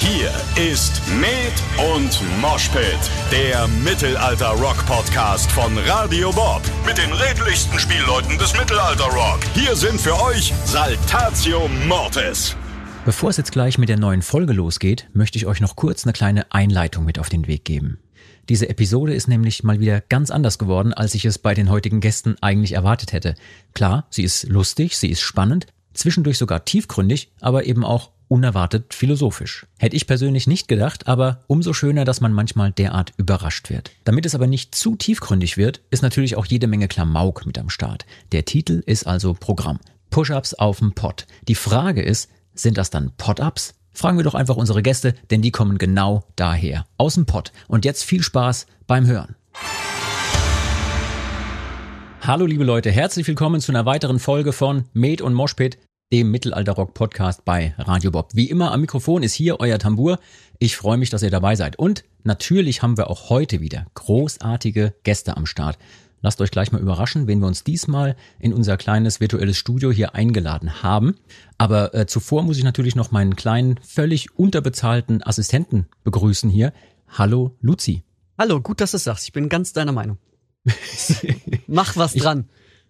Hier ist Med und Moshpit, der Mittelalter-Rock-Podcast von Radio Bob. Mit den redlichsten Spielleuten des Mittelalter-Rock. Hier sind für euch Saltatio Mortis. Bevor es jetzt gleich mit der neuen Folge losgeht, möchte ich euch noch kurz eine kleine Einleitung mit auf den Weg geben. Diese Episode ist nämlich mal wieder ganz anders geworden, als ich es bei den heutigen Gästen eigentlich erwartet hätte. Klar, sie ist lustig, sie ist spannend, zwischendurch sogar tiefgründig, aber eben auch unerwartet philosophisch. Hätte ich persönlich nicht gedacht, aber umso schöner, dass man manchmal derart überrascht wird. Damit es aber nicht zu tiefgründig wird, ist natürlich auch jede Menge Klamauk mit am Start. Der Titel ist also Programm. Push-Ups auf dem Pott. Die Frage ist, sind das dann Pot-Ups? Fragen wir doch einfach unsere Gäste, denn die kommen genau daher, aus dem Pott. Und jetzt viel Spaß beim Hören. Hallo liebe Leute, herzlich willkommen zu einer weiteren Folge von Med und Moshpit, dem Mittelalter-Rock-Podcast bei Radio Bob. Wie immer am Mikrofon ist hier euer Tambour. Ich freue mich, dass ihr dabei seid. Und natürlich haben wir auch heute wieder großartige Gäste am Start. Lasst euch gleich mal überraschen, wen wir uns diesmal in unser kleines virtuelles Studio hier eingeladen haben. Aber zuvor muss ich natürlich noch meinen kleinen, völlig unterbezahlten Assistenten begrüßen hier. Hallo Luzi. Hallo, gut, dass du es sagst. Ich bin ganz deiner Meinung. Mach was dran.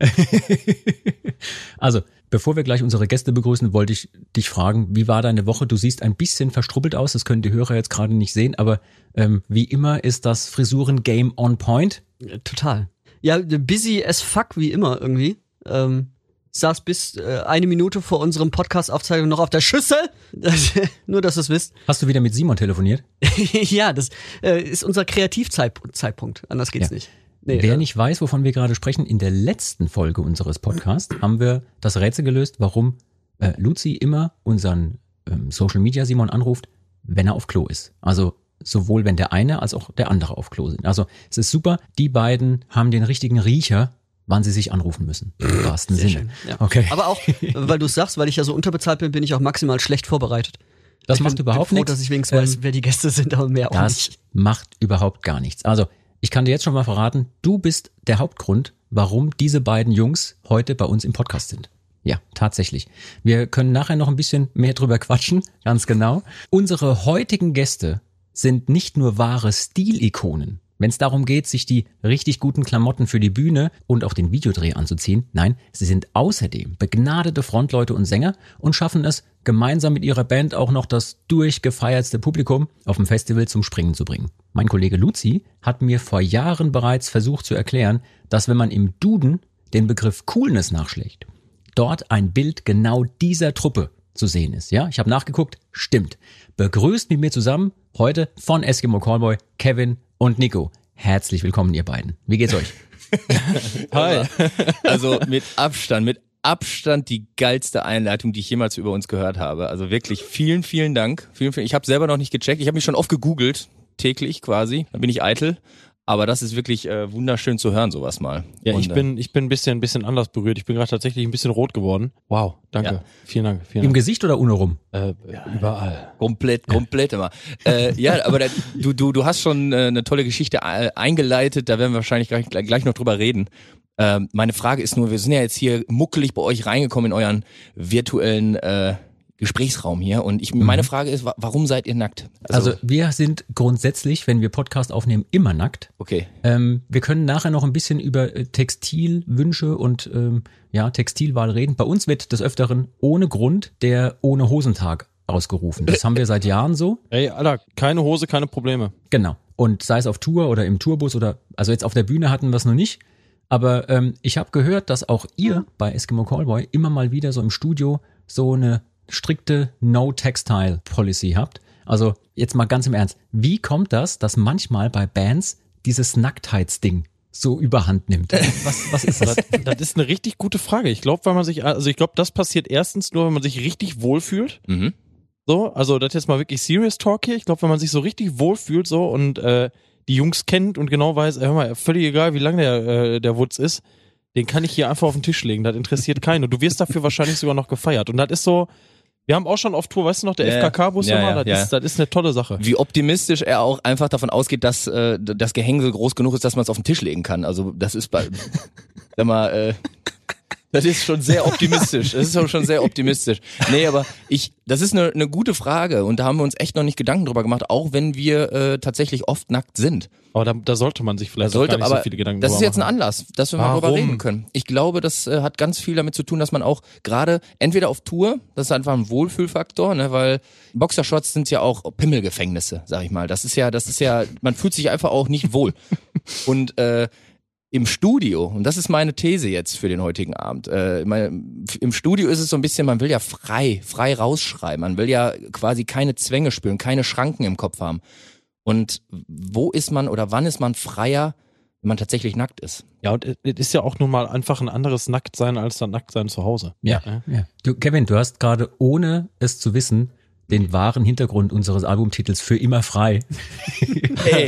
Also, bevor wir gleich unsere Gäste begrüßen, wollte ich dich fragen, wie war deine Woche? Du siehst ein bisschen verstrubbelt aus, das können die Hörer jetzt gerade nicht sehen, aber wie immer ist das Frisuren-Game on point. Total. Ja, busy as fuck wie immer irgendwie. Ich saß bis eine Minute vor unserem Podcast-Aufzeichnung noch auf der Schüssel. Nur, dass ihr es wisst. Hast du wieder mit Simon telefoniert? Ja, das ist unser Kreativzeitpunkt. Anders geht's nicht. Nee, Wer nicht weiß, wovon wir gerade sprechen, in der letzten Folge unseres Podcasts haben wir das Rätsel gelöst, warum Luzi immer unseren Social Media Simon anruft, wenn er auf Klo ist. Also sowohl wenn der eine als auch der andere auf Klo sind. Also es ist super, die beiden haben den richtigen Riecher, wann sie sich anrufen müssen. Im wahrsten Sinne. Schön, ja. Okay. Aber auch, weil du es sagst, weil ich ja so unterbezahlt bin, bin ich auch maximal schlecht vorbereitet. Das macht überhaupt nichts. Dass ich wenigstens weiß, wer die Gäste sind, aber mehr auch nicht. Das macht überhaupt gar nichts. Also ich kann dir jetzt schon mal verraten, du bist der Hauptgrund, warum diese beiden Jungs heute bei uns im Podcast sind. Ja, tatsächlich. Wir können nachher noch ein bisschen mehr drüber quatschen, ganz genau. Unsere heutigen Gäste sind nicht nur wahre Stilikonen, wenn es darum geht, sich die richtig guten Klamotten für die Bühne und auch den Videodreh anzuziehen. Nein, sie sind außerdem begnadete Frontleute und Sänger und schaffen es, gemeinsam mit ihrer Band auch noch das durchgefeiertste Publikum auf dem Festival zum Springen zu bringen. Mein Kollege Luzi hat mir vor Jahren bereits versucht zu erklären, dass wenn man im Duden den Begriff Coolness nachschlägt, dort ein Bild genau dieser Truppe zu sehen ist. Ja, ich habe nachgeguckt, stimmt. Begrüßt mit mir zusammen heute von Eskimo Callboy, Kevin und Nico. Herzlich willkommen, ihr beiden. Wie geht's euch? Hi. Also mit Abstand die geilste Einleitung, die ich jemals über uns gehört habe. Also wirklich vielen, vielen Dank. Ich habe selber noch nicht gecheckt. Ich habe mich schon oft gegoogelt, täglich quasi. Da bin ich eitel. Aber das ist wirklich wunderschön zu hören, sowas mal. Ja, ich bin ein bisschen anders berührt. Ich bin gerade tatsächlich ein bisschen rot geworden. Wow, danke. Ja. Vielen Dank. Im Gesicht oder ohne rum? Überall. Komplett immer. Ja, aber du hast schon eine tolle Geschichte eingeleitet. Da werden wir wahrscheinlich gleich noch drüber reden. Meine Frage ist nur, wir sind ja jetzt hier muckelig bei euch reingekommen in euren virtuellen Gesprächsraum hier und meine Frage ist, warum seid ihr nackt? Also wir sind grundsätzlich, wenn wir Podcast aufnehmen, immer nackt. Okay. Wir können nachher noch ein bisschen über Textilwünsche und Textilwahl reden. Bei uns wird des Öfteren ohne Grund der Ohne-Hosentag ausgerufen. Das haben wir seit Jahren so. Ey, Alter, keine Hose, keine Probleme. Genau. Und sei es auf Tour oder im Tourbus oder, also jetzt auf der Bühne hatten wir es noch nicht. Aber ich habe gehört, dass auch ihr bei Eskimo Callboy immer mal wieder so im Studio so eine strikte No-Textile-Policy habt. Also jetzt mal ganz im Ernst, wie kommt das, dass manchmal bei Bands dieses Nacktheitsding so überhand nimmt? Was ist das? Das ist eine richtig gute Frage. Ich glaube, das passiert erstens nur, wenn man sich richtig wohlfühlt. Mhm. So, also das ist jetzt mal wirklich Serious Talk hier. Ich glaube, wenn man sich so richtig wohlfühlt so und die Jungs kennt und genau weiß, hör mal, völlig egal, wie lang der Wutz ist, den kann ich hier einfach auf den Tisch legen. Das interessiert keinen. Und du wirst dafür wahrscheinlich sogar noch gefeiert. Und das ist so, wir haben auch schon auf Tour, weißt du noch, der FKK-Bus immer, das ist eine tolle Sache. Wie optimistisch er auch einfach davon ausgeht, dass das Gehängsel groß genug ist, dass man es auf den Tisch legen kann. Also das ist bei, sag mal, Das ist schon sehr optimistisch. Das ist schon sehr optimistisch. Nee, aber das ist eine gute Frage und da haben wir uns echt noch nicht Gedanken drüber gemacht, auch wenn wir tatsächlich oft nackt sind. Aber da sollte man sich vielleicht auch gar nicht so viele Gedanken drüber machen. Das ist jetzt ein Anlass, dass wir mal drüber reden können. Ich glaube, das hat ganz viel damit zu tun, dass man auch gerade entweder auf Tour, das ist einfach ein Wohlfühlfaktor, ne, weil Boxershorts sind ja auch Pimmelgefängnisse, sag ich mal. Das ist ja, man fühlt sich einfach auch nicht wohl. Und im Studio, und das ist meine These jetzt für den heutigen Abend, im Studio ist es so ein bisschen, man will ja frei rausschreiben, man will ja quasi keine Zwänge spüren, keine Schranken im Kopf haben. Und wo ist man oder wann ist man freier, wenn man tatsächlich nackt ist? Ja, und es ist ja auch nun mal einfach ein anderes Nacktsein als das Nacktsein zu Hause. Ja. Du, Kevin, du hast gerade, ohne es zu wissen, den wahren Hintergrund unseres Albumtitels Für immer frei. Ey,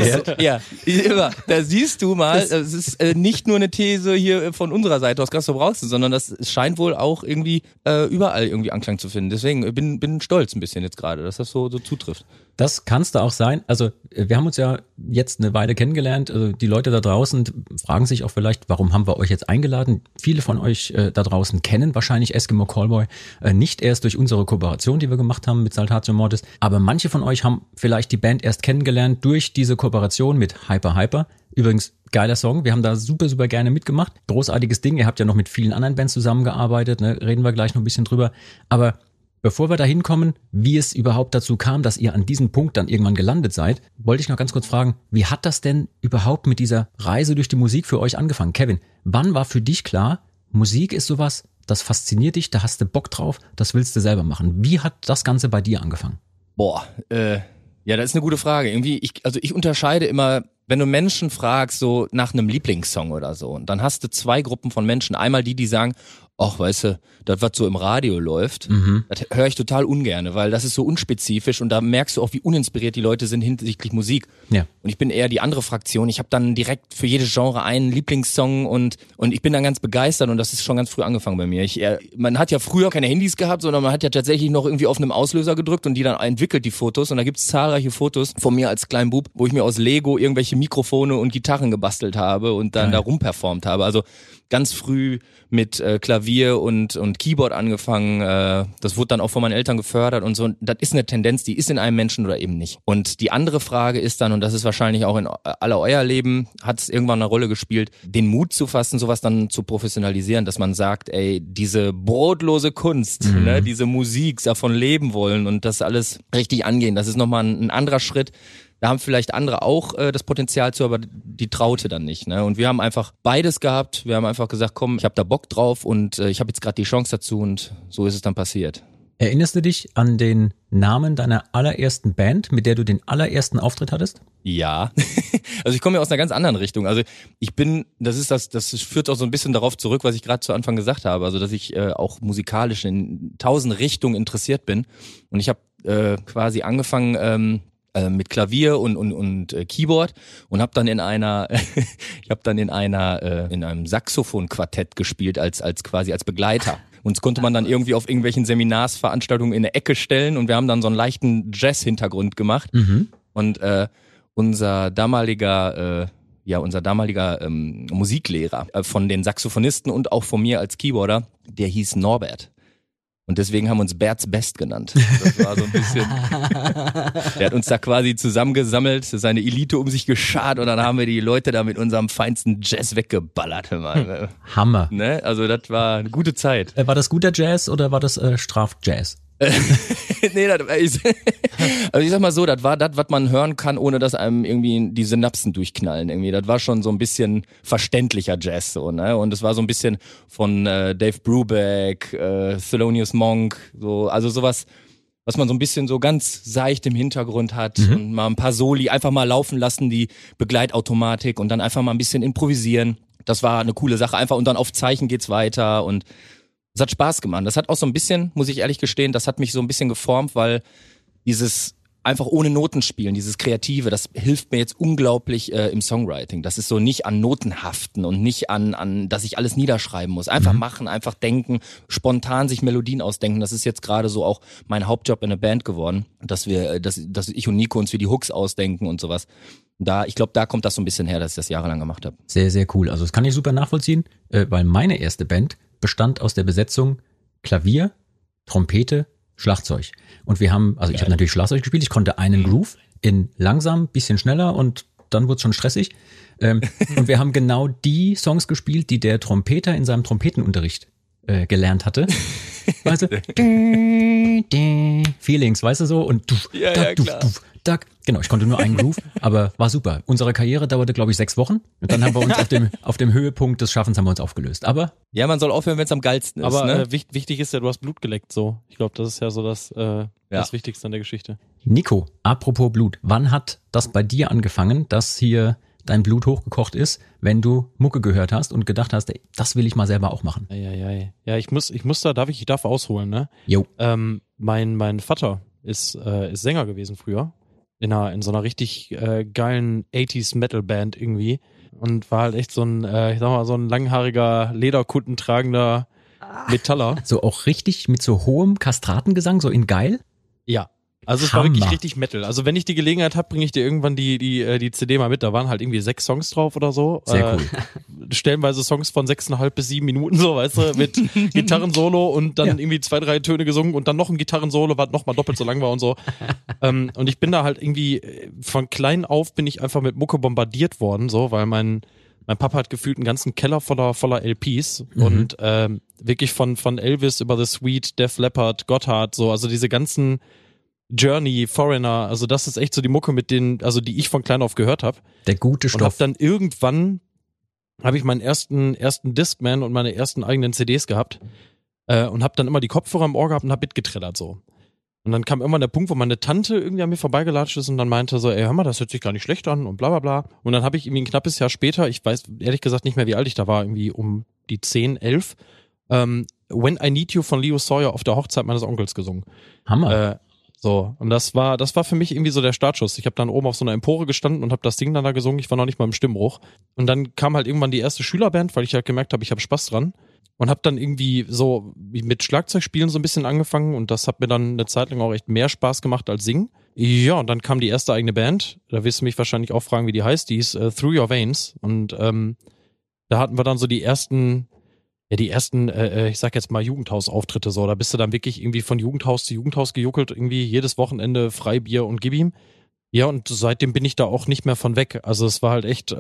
da siehst du mal, das ist nicht nur eine These hier von unserer Seite aus Gastro Brauxel, sondern das scheint wohl auch irgendwie überall irgendwie Anklang zu finden. Deswegen bin stolz ein bisschen jetzt gerade, dass das so zutrifft. Das kannst du auch sein. Also wir haben uns ja jetzt eine Weile kennengelernt. Also die Leute da draußen fragen sich auch vielleicht, warum haben wir euch jetzt eingeladen? Viele von euch da draußen kennen wahrscheinlich Eskimo Callboy nicht erst durch unsere Kooperation, die wir gemacht haben mit Saltatio Mortis. Aber manche von euch haben vielleicht die Band erst kennengelernt durch diese Kooperation mit Hyper Hyper. Übrigens, geiler Song. Wir haben da super, super gerne mitgemacht. Großartiges Ding. Ihr habt ja noch mit vielen anderen Bands zusammengearbeitet. Ne? Reden wir gleich noch ein bisschen drüber. Aber bevor wir da hinkommen, wie es überhaupt dazu kam, dass ihr an diesem Punkt dann irgendwann gelandet seid, wollte ich noch ganz kurz fragen, wie hat das denn überhaupt mit dieser Reise durch die Musik für euch angefangen? Kevin, wann war für dich klar, Musik ist sowas, das fasziniert dich, da hast du Bock drauf, das willst du selber machen. Wie hat das Ganze bei dir angefangen? Boah, ja, das ist eine gute Frage. Irgendwie, ich unterscheide immer, wenn du Menschen fragst, so nach einem Lieblingssong oder so, und dann hast du zwei Gruppen von Menschen. Einmal die sagen, ach, weißt du, das, was so im Radio läuft, das höre ich total ungerne, weil das ist so unspezifisch und da merkst du auch, wie uninspiriert die Leute sind hinsichtlich Musik. Ja. Und ich bin eher die andere Fraktion. Ich habe dann direkt für jedes Genre einen Lieblingssong und ich bin dann ganz begeistert und das ist schon ganz früh angefangen bei mir. Man hat ja früher keine Handys gehabt, sondern man hat ja tatsächlich noch irgendwie auf einem Auslöser gedrückt und die dann entwickelt, die Fotos. Und da gibt's zahlreiche Fotos von mir als kleinen Bub, wo ich mir aus Lego irgendwelche Mikrofone und Gitarren gebastelt habe und dann da rumperformt habe. Also ganz früh mit Klavier und Keyboard angefangen. Das wurde dann auch von meinen Eltern gefördert und so. Das ist eine Tendenz, die ist in einem Menschen oder eben nicht. Und die andere Frage ist dann, und das ist wahrscheinlich auch in aller euer Leben, hat es irgendwann eine Rolle gespielt, den Mut zu fassen, sowas dann zu professionalisieren, dass man sagt, ey, diese brotlose Kunst, ne, diese Musik, davon leben wollen und das alles richtig angehen, das ist nochmal ein anderer Schritt. Da haben vielleicht andere auch das Potenzial zu, aber die traute dann nicht. Ne? Und wir haben einfach beides gehabt. Wir haben einfach gesagt, komm, ich habe da Bock drauf und ich habe jetzt gerade die Chance dazu und so ist es dann passiert. Erinnerst du dich an den Namen deiner allerersten Band, mit der du den allerersten Auftritt hattest? Ja, also ich komme ja aus einer ganz anderen Richtung. Also das führt auch so ein bisschen darauf zurück, was ich gerade zu Anfang gesagt habe. Also dass ich auch musikalisch in 1000 Richtungen interessiert bin. Und ich habe quasi angefangen mit Klavier und Keyboard und habe dann in einem Saxophon-Quartett gespielt als Begleiter. Uns konnte man dann irgendwie auf irgendwelchen Seminarsveranstaltungen in eine Ecke stellen und wir haben dann so einen leichten Jazz-Hintergrund gemacht. Und unser damaliger Musiklehrer von den Saxophonisten und auch von mir als Keyboarder, der hieß Norbert. Und deswegen haben wir uns Bert's Best genannt. Das war so ein bisschen, der hat uns da quasi zusammengesammelt, seine Elite um sich geschart und dann haben wir die Leute da mit unserem feinsten Jazz weggeballert. Hammer. Ne? Also das war eine gute Zeit. War das guter Jazz oder war das Strafjazz? Nee, also ich sag mal so, das war das, was man hören kann, ohne dass einem irgendwie die Synapsen durchknallen. Irgendwie, das war schon so ein bisschen verständlicher Jazz, so, ne? Und es war so ein bisschen von Dave Brubeck, Thelonious Monk, so, also sowas, was man so ein bisschen so ganz seicht im Hintergrund hat und mal ein paar Soli einfach mal laufen lassen, die Begleitautomatik und dann einfach mal ein bisschen improvisieren. Das war eine coole Sache, einfach und dann auf Zeichen geht's weiter und es hat Spaß gemacht. Das hat auch so ein bisschen, muss ich ehrlich gestehen, das hat mich so ein bisschen geformt, weil dieses einfach ohne Noten spielen, dieses Kreative, das hilft mir jetzt unglaublich im Songwriting. Das ist so nicht an Noten haften und nicht an, dass ich alles niederschreiben muss. Einfach machen, einfach denken, spontan sich Melodien ausdenken. Das ist jetzt gerade so auch mein Hauptjob in der Band geworden, dass ich und Nico uns wie die Hooks ausdenken und sowas. Ich glaube, da kommt das so ein bisschen her, dass ich das jahrelang gemacht habe. Sehr, sehr cool. Also das kann ich super nachvollziehen, weil meine erste Band, bestand aus der Besetzung Klavier, Trompete, Schlagzeug. Und wir haben, also ich habe natürlich Schlagzeug gespielt, ich konnte einen Groove in langsam, bisschen schneller und dann wurde es schon stressig. Und wir haben genau die Songs gespielt, die der Trompeter in seinem Trompetenunterricht gelernt hatte. Weißt du? Feelings, weißt du so? Und genau, ich konnte nur einen Groove, aber war super. Unsere Karriere dauerte, glaube ich, 6 Wochen. Und dann haben wir uns auf dem Höhepunkt des Schaffens haben wir uns aufgelöst. Aber ja, man soll aufhören, wenn es am geilsten ist. Aber ne? wichtig ist ja, du hast Blut geleckt, so. Ich glaube, das ist ja so das Wichtigste an der Geschichte. Nico, apropos Blut, wann hat das bei dir angefangen, dass hier dein Blut hochgekocht ist, wenn du Mucke gehört hast und gedacht hast, ey, das will ich mal selber auch machen? Ja, ich darf ausholen, ne? Jo. Mein Vater ist Sänger gewesen früher. In so einer richtig geilen 80s Metal Band irgendwie. Und war halt echt so ein langhaariger, Lederkutten tragender Metaller. So auch richtig mit so hohem Kastratengesang, so in geil? Ja. Also es war wirklich Hammer. richtig Metal. Also wenn ich die Gelegenheit habe, bringe ich dir irgendwann die CD mal mit. Da waren halt irgendwie 6 Songs drauf oder so. Sehr cool. Stellenweise Songs von 6,5 bis 7 Minuten, so, weißt du, mit Gitarrensolo und dann irgendwie 2, 3 Töne gesungen und dann noch ein Gitarrensolo, was nochmal doppelt so lang war und so. Und ich bin da halt irgendwie, von klein auf bin ich einfach mit Mucke bombardiert worden, so, weil mein Papa hat gefühlt einen ganzen Keller voller LPs und wirklich von Elvis über The Sweet, Def Leppard, Gotthard, so, also diese ganzen Journey, Foreigner, also das ist echt so die Mucke, die ich von klein auf gehört habe. Der gute Stoff. Und hab dann irgendwann, habe ich meinen ersten Discman und meine ersten eigenen CDs gehabt und hab dann immer die Kopfhörer im Ohr gehabt und hab mitgetrellert so. Und dann kam irgendwann der Punkt, wo meine Tante irgendwie an mir vorbeigelatscht ist und dann meinte so, ey, hör mal, das hört sich gar nicht schlecht an und bla bla bla. Und dann habe ich irgendwie ein knappes Jahr später, ich weiß ehrlich gesagt nicht mehr, wie alt ich da war, irgendwie um die 10, 11, When I Need You von Leo Sawyer auf der Hochzeit meines Onkels gesungen. Hammer. So, und das war für mich irgendwie so der Startschuss. Ich habe dann oben auf so einer Empore gestanden und habe das Ding dann da gesungen. Ich war noch nicht mal im Stimmbruch. Und dann kam halt irgendwann die erste Schülerband, weil ich halt gemerkt habe, ich habe Spaß dran. Und habe dann irgendwie so mit Schlagzeugspielen so ein bisschen angefangen. Und das hat mir dann eine Zeit lang auch echt mehr Spaß gemacht als Singen. Ja, und dann kam die erste eigene Band. Da wirst du mich wahrscheinlich auch fragen, wie die heißt. Die ist Through Your Veins. Und da hatten wir dann so die ersten, ich sag jetzt mal Jugendhausauftritte so, da bist du dann wirklich irgendwie von Jugendhaus zu Jugendhaus gejuckelt, irgendwie jedes Wochenende Freibier und gib ihm. Ja, und seitdem bin ich da auch nicht mehr von weg. Also es war halt echt,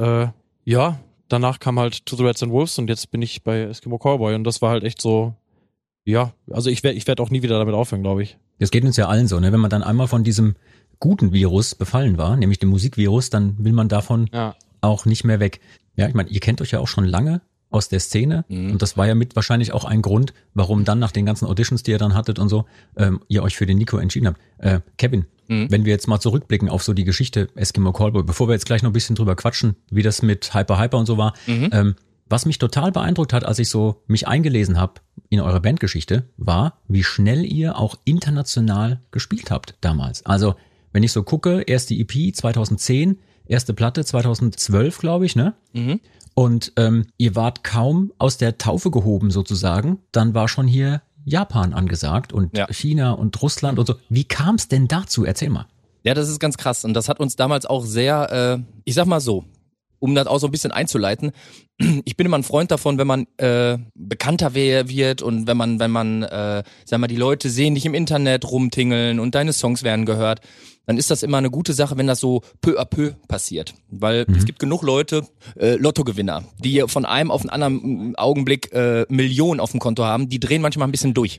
danach kam halt To the Reds and Wolves und jetzt bin ich bei Eskimo Callboy und das war halt echt so, ja, also ich werd auch nie wieder damit aufhören, glaube ich. Das geht uns ja allen so, ne? Wenn man dann einmal von diesem guten Virus befallen war, nämlich dem Musikvirus, dann will man davon auch nicht mehr weg. Ja, ich meine, ihr kennt euch ja auch schon lange aus der Szene und das war ja mit wahrscheinlich auch ein Grund, warum dann nach den ganzen Auditions, die ihr dann hattet und so, ihr euch für den Nico entschieden habt. Kevin, wenn wir jetzt mal zurückblicken auf so die Geschichte Eskimo Callboy, bevor wir jetzt gleich noch ein bisschen drüber quatschen, wie das mit Hyper und so war, was mich total beeindruckt hat, als ich so mich eingelesen habe in eure Bandgeschichte, war, wie schnell ihr auch international gespielt habt damals. Also, wenn ich so gucke, erste EP 2010, erste Platte 2012, glaube ich, ne? Und ihr wart kaum aus der Taufe gehoben sozusagen, dann war schon hier Japan angesagt und China und Russland und so. Wie kam es denn dazu? Erzähl mal. Ja, das ist ganz krass und das hat uns damals auch sehr, ich sag mal so, um das auch so ein bisschen einzuleiten, ich bin immer ein Freund davon, wenn man bekannter wird und wenn man sag mal, die Leute sehen dich im Internet rumtingeln und deine Songs werden gehört, dann ist das immer eine gute Sache, wenn das so peu à peu passiert. Weil es gibt genug Leute, Lottogewinner, die von einem auf den anderen Augenblick Millionen auf dem Konto haben, die drehen manchmal ein bisschen durch.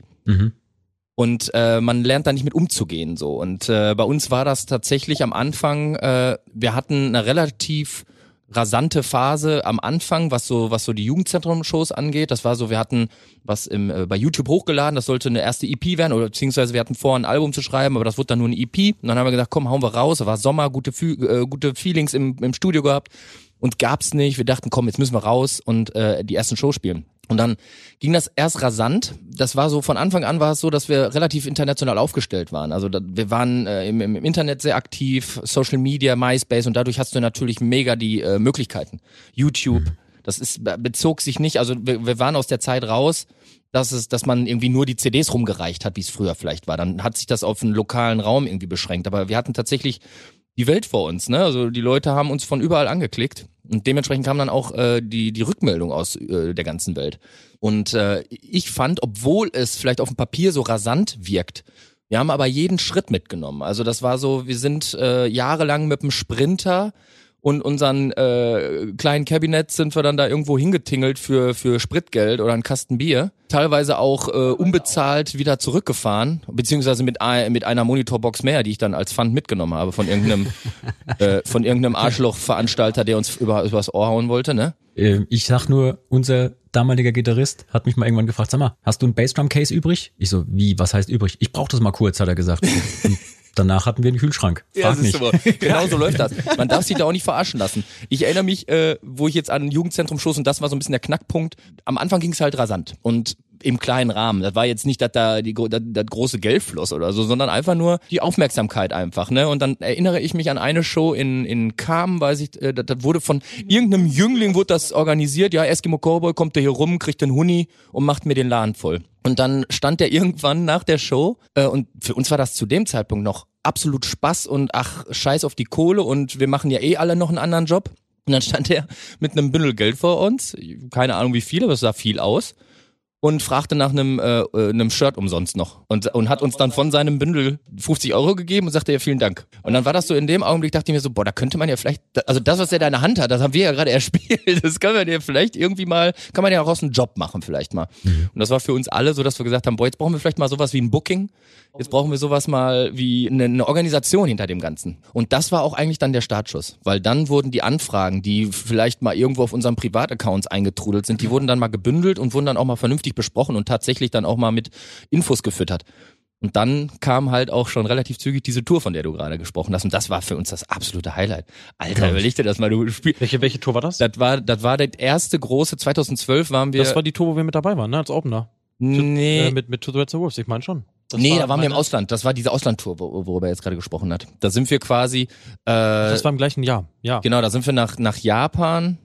Und man lernt da nicht mit umzugehen. So. Und bei uns war das tatsächlich am Anfang, wir hatten eine relativ rasante Phase am Anfang, was so die Jugendzentrum-Shows angeht. Das war so, wir hatten was bei YouTube hochgeladen, das sollte eine erste EP werden, oder beziehungsweise wir hatten vor, ein Album zu schreiben, aber das wurde dann nur eine EP. Und dann haben wir gesagt, komm, hauen wir raus. Es war Sommer, gute Feelings im Studio gehabt und gab's nicht. Wir dachten, komm, jetzt müssen wir raus und die ersten Shows spielen. Und dann ging das erst rasant. Das war so, von Anfang an war es so, dass wir relativ international aufgestellt waren. Also wir waren im Internet sehr aktiv, Social Media, MySpace, und dadurch hast du natürlich mega die Möglichkeiten. YouTube, das bezog sich nicht, also wir waren aus der Zeit raus, dass man irgendwie nur die CDs rumgereicht hat, wie es früher vielleicht war. Dann hat sich das auf einen lokalen Raum irgendwie beschränkt. Aber wir hatten tatsächlich die Welt vor uns, ne? Also die Leute haben uns von überall angeklickt. Und dementsprechend kam dann auch die Rückmeldung aus der ganzen Welt. Und ich fand, obwohl es vielleicht auf dem Papier so rasant wirkt, wir haben aber jeden Schritt mitgenommen. Also das war so, wir sind jahrelang mit dem Sprinter und unseren kleinen Kabinett sind wir dann da irgendwo hingetingelt für Spritgeld oder einen Kasten Bier. Teilweise auch unbezahlt wieder zurückgefahren, beziehungsweise mit einer Monitorbox mehr, die ich dann als Pfand mitgenommen habe von irgendeinem Arschlochveranstalter, der uns übers Ohr hauen wollte, ne? Ich sag nur, unser damaliger Gitarrist hat mich mal irgendwann gefragt, sag mal, hast du ein Bassdrum-Case übrig? Ich so, wie, was heißt übrig? Ich brauch das mal kurz, hat er gesagt. Und danach hatten wir einen Kühlschrank. Frag nicht. Genau so läuft das. Man darf sich da auch nicht verarschen lassen. Ich erinnere mich, wo ich jetzt an ein Jugendzentrum stoß, und das war so ein bisschen der Knackpunkt. Am Anfang ging es halt rasant und im kleinen Rahmen. Das war jetzt nicht, dass da das große Geld floss oder so, sondern einfach nur die Aufmerksamkeit einfach, ne? Und dann erinnere ich mich an eine Show in Kam, weiß ich, das wurde von irgendeinem Jüngling wurde das organisiert. Ja, Eskimo Cowboy kommt da hier rum, kriegt den Huni und macht mir den Laden voll. Und dann stand der irgendwann nach der Show und für uns war das zu dem Zeitpunkt noch absolut Spaß und ach, scheiß auf die Kohle und wir machen ja eh alle noch einen anderen Job. Und dann stand er mit einem Bündel Geld vor uns, keine Ahnung wie viel, aber es sah viel aus. Und fragte nach einem Shirt umsonst noch und hat uns dann von seinem Bündel 50 € gegeben und sagte ja vielen Dank. Und dann war das so in dem Augenblick, dachte ich mir so, boah, da könnte man ja vielleicht, also das, was er da in der Hand hat, das haben wir ja gerade erspielt, das kann man ja vielleicht irgendwie mal, kann man ja auch aus einem Job machen vielleicht mal. Und das war für uns alle so, dass wir gesagt haben, boah, jetzt brauchen wir vielleicht mal sowas wie ein Booking, jetzt brauchen wir sowas mal wie eine Organisation hinter dem Ganzen. Und das war auch eigentlich dann der Startschuss, weil dann wurden die Anfragen, die vielleicht mal irgendwo auf unseren Privataccounts eingetrudelt sind, die wurden dann mal gebündelt und wurden dann auch mal vernünftig besprochen und tatsächlich dann auch mal mit Infos gefüttert. Und dann kam halt auch schon relativ zügig diese Tour, von der du gerade gesprochen hast. Und das war für uns das absolute Highlight. Alter, überleg dir das mal. Welche Tour war das? Das war der erste große, 2012 waren wir... Das war die Tour, wo wir mit dabei waren, ne? Als Opener. Nee. Mit To the Red Wolves, ich meine schon. Da waren wir im Ausland. Das war diese Auslandtour, worüber er jetzt gerade gesprochen hat. Da sind wir quasi... das war im gleichen Jahr, ja. Genau, da sind wir nach Japan,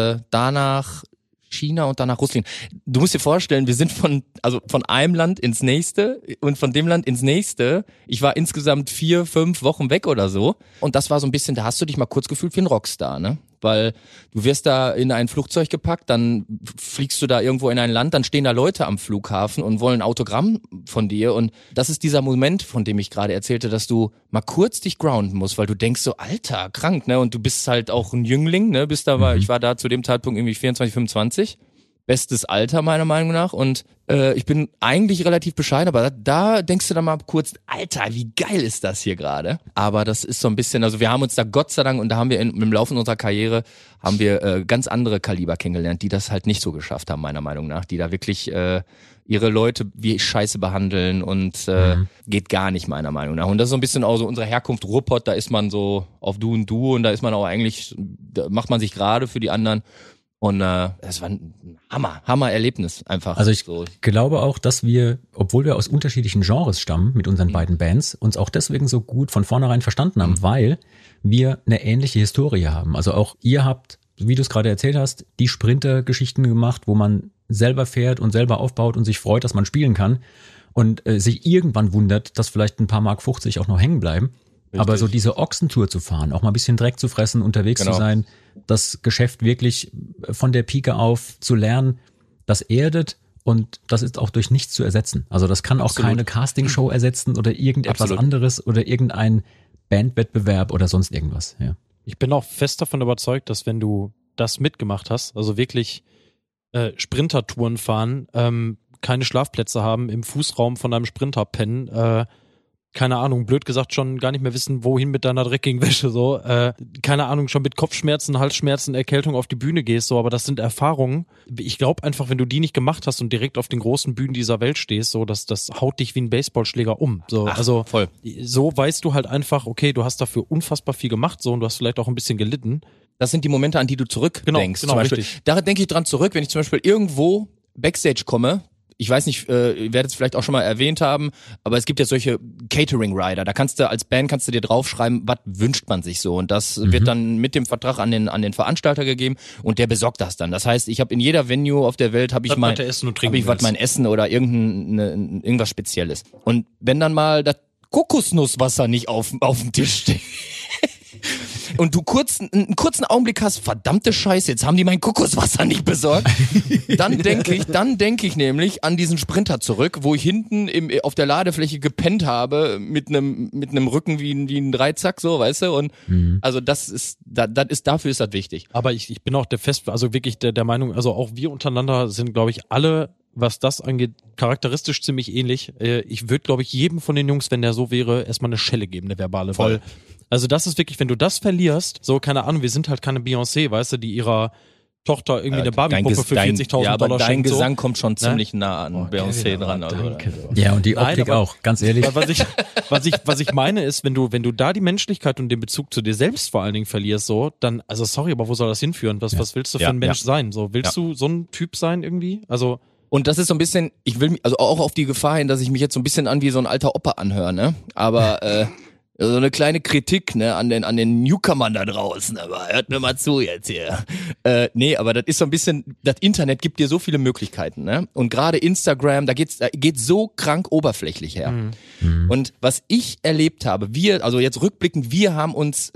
danach China und danach Russland. Du musst dir vorstellen, wir sind von einem Land ins nächste und von dem Land ins nächste. Ich war insgesamt 4-5 Wochen weg oder so. Und das war so ein bisschen, da hast du dich mal kurz gefühlt wie ein Rockstar, ne? Weil du wirst da in ein Flugzeug gepackt, dann fliegst du da irgendwo in ein Land, dann stehen da Leute am Flughafen und wollen ein Autogramm von dir. Und das ist dieser Moment, von dem ich gerade erzählte, dass du mal kurz dich grounden musst, weil du denkst so, Alter, krank, ne? Und du bist halt auch ein Jüngling, ne? Ich war da zu dem Zeitpunkt irgendwie 24, 25. Bestes Alter meiner Meinung nach und ich bin eigentlich relativ bescheiden, aber da denkst du dann mal kurz, Alter, wie geil ist das hier gerade? Aber das ist so ein bisschen, also wir haben uns da Gott sei Dank und da haben wir im Laufe unserer Karriere haben wir ganz andere Kaliber kennengelernt, die das halt nicht so geschafft haben, meiner Meinung nach, die da wirklich ihre Leute wie Scheiße behandeln und geht gar nicht, meiner Meinung nach. Und das ist so ein bisschen auch so unsere Herkunft Ruhrpott, da ist man so auf Du und Du und da ist man auch eigentlich, da macht man sich gerade für die anderen. Und es war ein Hammer-Erlebnis einfach. Also ich glaube auch, dass wir, obwohl wir aus unterschiedlichen Genres stammen mit unseren beiden Bands, uns auch deswegen so gut von vornherein verstanden haben, weil wir eine ähnliche Historie haben. Also auch ihr habt, wie du es gerade erzählt hast, die Sprinter-Geschichten gemacht, wo man selber fährt und selber aufbaut und sich freut, dass man spielen kann und sich irgendwann wundert, dass vielleicht ein paar Mark 50 auch noch hängen bleiben. Richtig. Aber so diese Ochsentour zu fahren, auch mal ein bisschen Dreck zu fressen, unterwegs zu sein, das Geschäft wirklich von der Pike auf zu lernen, das erdet und das ist auch durch nichts zu ersetzen. Also das kann auch keine Castingshow ersetzen oder irgendetwas anderes oder irgendein Bandwettbewerb oder sonst irgendwas. Ja. Ich bin auch fest davon überzeugt, dass wenn du das mitgemacht hast, also wirklich Sprintertouren fahren, keine Schlafplätze haben, im Fußraum von einem Sprinter pennen, keine Ahnung, blöd gesagt schon gar nicht mehr wissen, wohin mit deiner dreckigen Wäsche, so, keine Ahnung, schon mit Kopfschmerzen, Halsschmerzen, Erkältung auf die Bühne gehst, so, aber das sind Erfahrungen. Ich glaube einfach, wenn du die nicht gemacht hast und direkt auf den großen Bühnen dieser Welt stehst, so, das haut dich wie ein Baseballschläger um, so. Ach, also, voll. So weißt du halt einfach, okay, du hast dafür unfassbar viel gemacht, so, und du hast vielleicht auch ein bisschen gelitten. Das sind die Momente, an die du zurückdenkst. Genau, zum Beispiel. Richtig. Da denke ich dran zurück, wenn ich zum Beispiel irgendwo Backstage komme. Ich weiß nicht, ihr werdet es vielleicht auch schon mal erwähnt haben, aber es gibt ja solche Catering-Rider. Da kannst du als Band dir draufschreiben, was wünscht man sich so. Und das wird dann mit dem Vertrag an den Veranstalter gegeben und der besorgt das dann. Das heißt, ich habe in jeder Venue auf der Welt habe ich mein Essen oder irgendwas Spezielles. Und wenn dann mal das Kokosnusswasser nicht auf dem Tisch steht, und du einen kurzen Augenblick hast, verdammte Scheiße, jetzt haben die mein Kokoswasser nicht besorgt. Dann denke ich nämlich an diesen Sprinter zurück, wo ich hinten auf der Ladefläche gepennt habe mit einem Rücken wie ein Dreizack, so, weißt du? Und also dafür ist das wichtig. Aber ich bin auch wirklich der Meinung, also auch wir untereinander sind, glaube ich, alle, was das angeht, charakteristisch ziemlich ähnlich. Ich würde, glaube ich, jedem von den Jungs, wenn der so wäre, erstmal eine Schelle geben, eine verbale. Voll. Weil, also das ist wirklich, wenn du das verlierst, so, keine Ahnung, wir sind halt keine Beyoncé, weißt du, die ihrer Tochter irgendwie eine Barbie-Puppe für $40.000 ja, aber dein schenkt. Gesang so. kommt schon ziemlich nah an Beyoncé dran. Also, Ja, und die Optik aber- auch, ganz ehrlich. Was ich meine ist, wenn du da die Menschlichkeit und den Bezug zu dir selbst vor allen Dingen verlierst, so, dann, also sorry, aber wo soll das hinführen? Was willst du für Ja, ein Mensch ja. sein? So, willst du so ein Typ sein irgendwie? Also, Und das ist so ein bisschen, ich will also auch auf die Gefahr hin, dass ich mich jetzt so ein bisschen an wie so ein alter Opa anhöre, ne? Aber so eine kleine Kritik, ne, an den Newcomern da draußen, aber hört mir mal zu jetzt hier. Nee, aber das ist so ein bisschen, das Internet gibt dir so viele Möglichkeiten, ne? Und gerade Instagram, da geht so krank oberflächlich her. Und was ich erlebt habe, also jetzt rückblickend, wir haben uns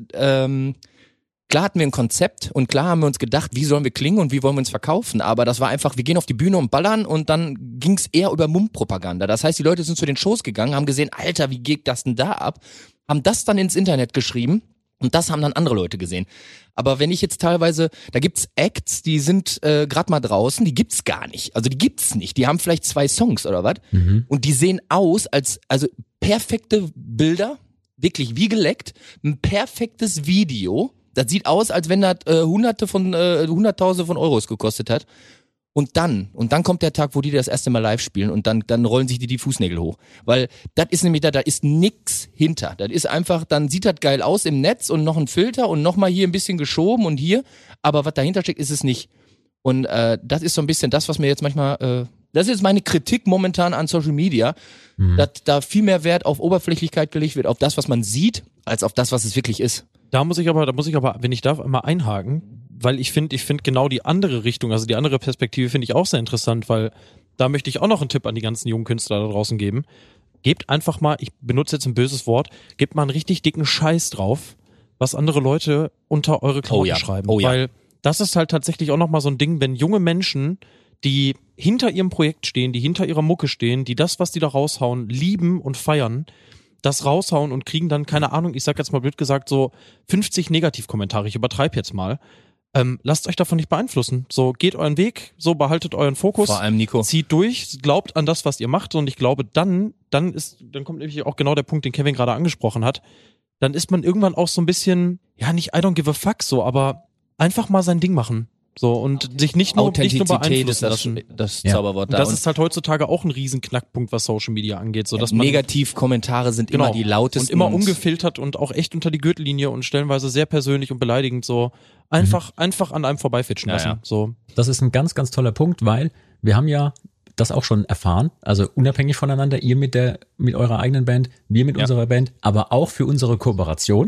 klar hatten wir ein Konzept und klar haben wir uns gedacht, wie sollen wir klingen und wie wollen wir uns verkaufen, aber das war einfach, wir gehen auf die Bühne und ballern und dann ging's eher über Mundpropaganda. Das heißt, die Leute sind zu den Shows gegangen, haben gesehen, Alter, wie geht das denn da ab? Haben das dann ins Internet geschrieben und das haben dann andere Leute gesehen. Aber wenn ich jetzt teilweise, da gibt's Acts, die sind gerade mal draußen, die gibt's gar nicht. Also die gibt's nicht. Die haben vielleicht 2 Songs oder was und die sehen aus als perfekte Bilder, wirklich wie geleckt, ein perfektes Video. Das sieht aus, als wenn das Hunderttausende von Euros gekostet hat. Und dann kommt der Tag, wo die das erste Mal live spielen und dann rollen sich die Fußnägel hoch. Weil das ist nämlich da ist nix hinter. Das ist einfach, dann sieht das geil aus im Netz und noch ein Filter und nochmal hier ein bisschen geschoben und hier. Aber was dahinter steckt, ist es nicht. Und das ist so ein bisschen das, was mir jetzt manchmal, das ist meine Kritik momentan an Social Media, dass da viel mehr Wert auf Oberflächlichkeit gelegt wird, auf das, was man sieht, als auf das, was es wirklich ist. da muss ich aber, wenn ich darf, einmal einhaken, weil ich finde genau die andere Richtung, also die andere Perspektive finde ich auch sehr interessant, weil da möchte ich auch noch einen Tipp an die ganzen jungen Künstler da draußen geben. Gebt einfach mal, ich benutze jetzt ein böses Wort, gebt mal einen richtig dicken Scheiß drauf, was andere Leute unter eure Klamotten schreiben. Oh ja. Weil das ist halt tatsächlich auch nochmal so ein Ding, wenn junge Menschen, die hinter ihrem Projekt stehen, die hinter ihrer Mucke stehen, die das, was die da raushauen, lieben und feiern, das raushauen und kriegen dann, keine Ahnung, ich sag jetzt mal blöd gesagt, so 50 Negativkommentare, ich übertreibe jetzt mal. Lasst euch davon nicht beeinflussen. So, geht euren Weg, so behaltet euren Fokus. Vor allem, Nico. Zieht durch, glaubt an das, was ihr macht. Und ich glaube, dann kommt nämlich auch genau der Punkt, den Kevin gerade angesprochen hat. Dann ist man irgendwann auch so ein bisschen, ja, nicht I don't give a fuck so, aber einfach mal sein Ding machen. So, und sich nicht nur Authentizität ist beeinflussen lassen. das Ja. Zauberwort Und da. das Und ist halt heutzutage auch ein Riesenknackpunkt, was Social Media angeht, so dass man Negativkommentare sind immer die lautesten. und immer ungefiltert und auch echt unter die Gürtellinie und stellenweise sehr persönlich und beleidigend so einfach an einem vorbeifitschen Ja, lassen. ja. So. Das ist ein ganz, ganz toller Punkt, weil wir haben ja das auch schon erfahren, also unabhängig voneinander, ihr mit eurer eigenen Band, wir mit unserer Band, aber auch für unsere Kooperation.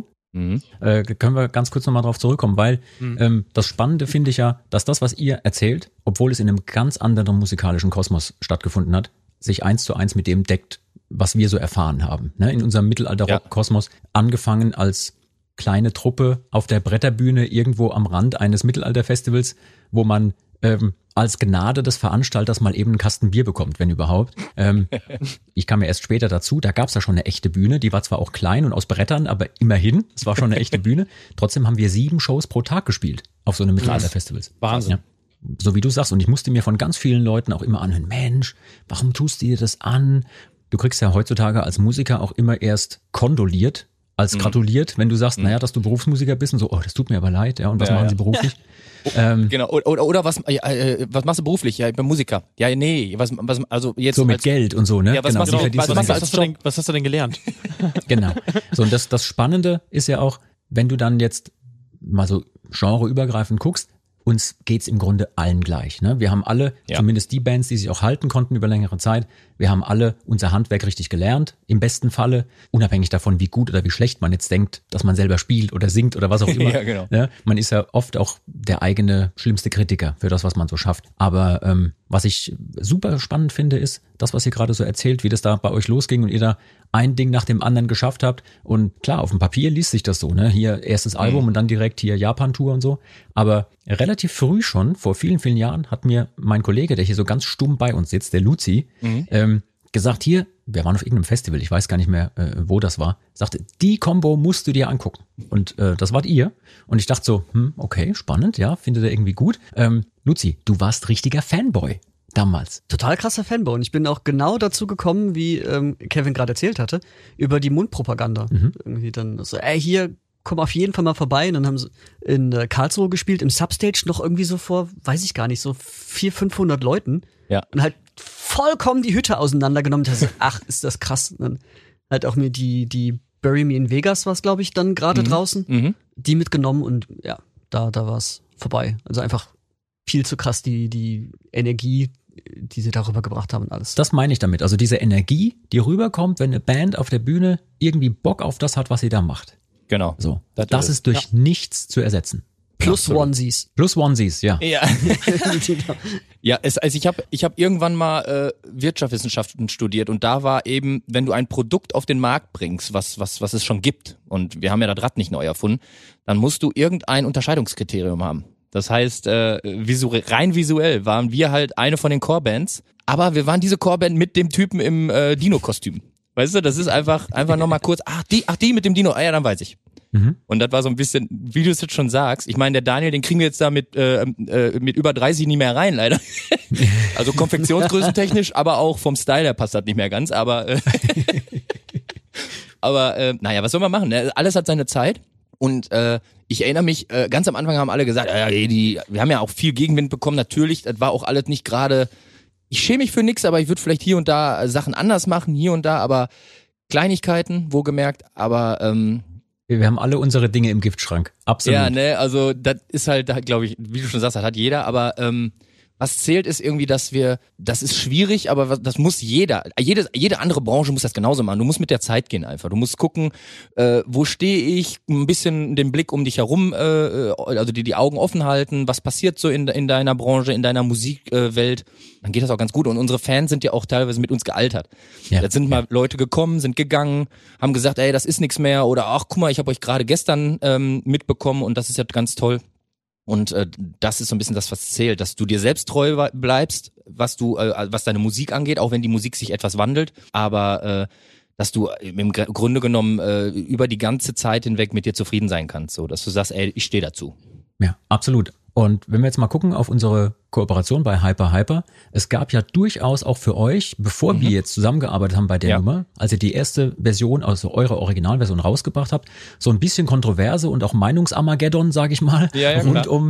Können wir ganz kurz nochmal drauf zurückkommen, weil das Spannende finde ich ja, dass das, was ihr erzählt, obwohl es in einem ganz anderen musikalischen Kosmos stattgefunden hat, sich 1:1 mit dem deckt, was wir so erfahren haben. Ne? In unserem Mittelalter-Rock-Kosmos, angefangen als kleine Truppe auf der Bretterbühne irgendwo am Rand eines Mittelalter-Festivals, wo man als Gnade des Veranstalters mal eben einen Kasten Bier bekommt, wenn überhaupt. Ich kam ja erst später dazu, da gab's ja schon eine echte Bühne, die war zwar auch klein und aus Brettern, aber immerhin, es war schon eine echte Bühne. Trotzdem haben wir 7 Shows pro Tag gespielt auf so einem Mittelalter-Festivals. Wahnsinn. Ja. So wie du sagst, und ich musste mir von ganz vielen Leuten auch immer anhören, Mensch, warum tust du dir das an? Du kriegst ja heutzutage als Musiker auch immer erst kondoliert, als gratuliert, wenn du sagst, naja, dass du Berufsmusiker bist und so, oh, das tut mir aber leid, ja, und was machen sie beruflich? Genau, oder was machst du beruflich? Ja, ich bin Musiker. Ja, nee, also jetzt So mit als- Geld und so, ne? Ja, was machst du- wie verdienst was dein machst du Geld? als Was hast du denn gelernt? Genau. So, und das Spannende ist ja auch, wenn du dann jetzt mal so genreübergreifend guckst, uns geht's im Grunde allen gleich. Ne? Wir haben alle, zumindest die Bands, die sich auch halten konnten über längere Zeit, wir haben alle unser Handwerk richtig gelernt, im besten Falle, unabhängig davon, wie gut oder wie schlecht man jetzt denkt, dass man selber spielt oder singt oder was auch immer. Ja, genau. Ne? Man ist ja oft auch der eigene schlimmste Kritiker für das, was man so schafft. Aber Was ich super spannend finde, ist das, was ihr gerade so erzählt, wie das da bei euch losging und ihr da ein Ding nach dem anderen geschafft habt. Und klar, auf dem Papier liest sich das so, ne? Hier erstes Album und dann direkt hier Japan-Tour und so. Aber relativ früh schon, vor vielen, vielen Jahren, hat mir mein Kollege, der hier so ganz stumm bei uns sitzt, der Luzi, gesagt, hier, wir waren auf irgendeinem Festival, ich weiß gar nicht mehr, wo das war, sagte, die Combo musst du dir angucken. Und das wart ihr. Und ich dachte so, okay, spannend, ja, findet er irgendwie gut. Luzi, du warst richtiger Fanboy damals. Total krasser Fanboy. Und ich bin auch genau dazu gekommen, wie Kevin gerade erzählt hatte, über die Mundpropaganda. Irgendwie dann so, hier, komm auf jeden Fall mal vorbei. Und dann haben sie in Karlsruhe gespielt, im Substage noch irgendwie so vor, weiß ich gar nicht, so 400-500 Leuten. Ja. Und halt vollkommen die Hütte auseinandergenommen. Das heißt, ach, ist das krass. Und dann halt auch mir die Bury Me in Vegas, was glaube ich dann gerade draußen, die mitgenommen und ja, da war es vorbei. Also einfach viel zu krass, die Energie, die sie darüber gebracht haben und alles. Das meine ich damit. Also diese Energie, die rüberkommt, wenn eine Band auf der Bühne irgendwie Bock auf das hat, was sie da macht. Genau. So. Das ist durch nichts zu ersetzen. Plus Onesies. Plus Onesies, ja. Ja. Ja, ich hab irgendwann mal Wirtschaftswissenschaften studiert und da war eben, wenn du ein Produkt auf den Markt bringst, was es schon gibt, und wir haben ja das Rad nicht neu erfunden, dann musst du irgendein Unterscheidungskriterium haben. Das heißt, rein visuell waren wir halt eine von den Core-Bands, aber wir waren diese Core-Band mit dem Typen im Dino-Kostüm. Weißt du, das ist einfach nochmal kurz, die mit dem Dino, ja, dann weiß ich. Und das war so ein bisschen, wie du es jetzt schon sagst, ich meine, der Daniel, den kriegen wir jetzt da mit über 30 nie mehr rein, leider. Also konfektionsgrößentechnisch, aber auch vom Style her passt das nicht mehr ganz, aber naja, was soll man machen? Ne? Alles hat seine Zeit. Und ich erinnere mich, ganz am Anfang haben alle gesagt, wir haben ja auch viel Gegenwind bekommen, natürlich, das war auch alles nicht gerade, ich schäme mich für nichts, aber ich würde vielleicht hier und da Sachen anders machen, hier und da, aber Kleinigkeiten, wohlgemerkt, aber wir haben alle unsere Dinge im Giftschrank. Absolut. ja, ne, also das ist halt, glaube ich, wie du schon sagst, das hat jeder, aber was zählt ist irgendwie, das ist schwierig, aber das muss jede andere Branche muss das genauso machen. Du musst mit der Zeit gehen einfach. Du musst gucken, wo stehe ich, ein bisschen den Blick um dich herum, also dir die Augen offen halten, was passiert so in deiner Branche, in deiner Musikwelt. Dann geht das auch ganz gut. Und unsere Fans sind ja auch teilweise mit uns gealtert. Ja. Da sind mal Leute gekommen, sind gegangen, haben gesagt, ey, das ist nichts mehr, oder ach, guck mal, ich habe euch gerade gestern mitbekommen und das ist ja ganz toll. Und das ist so ein bisschen das, was zählt, dass du dir selbst treu bleibst, was deine Musik angeht, auch wenn die Musik sich etwas wandelt, aber dass du im Grunde genommen über die ganze Zeit hinweg mit dir zufrieden sein kannst, so dass du sagst, ey, ich stehe dazu. Ja, absolut. Und wenn wir jetzt mal gucken auf unsere Kooperation bei Hyper, es gab ja durchaus auch für euch, bevor wir jetzt zusammengearbeitet haben bei der Nummer, als ihr die erste Version, also eure Originalversion rausgebracht habt, so ein bisschen Kontroverse und auch Meinungsarmageddon, sage ich mal, rund um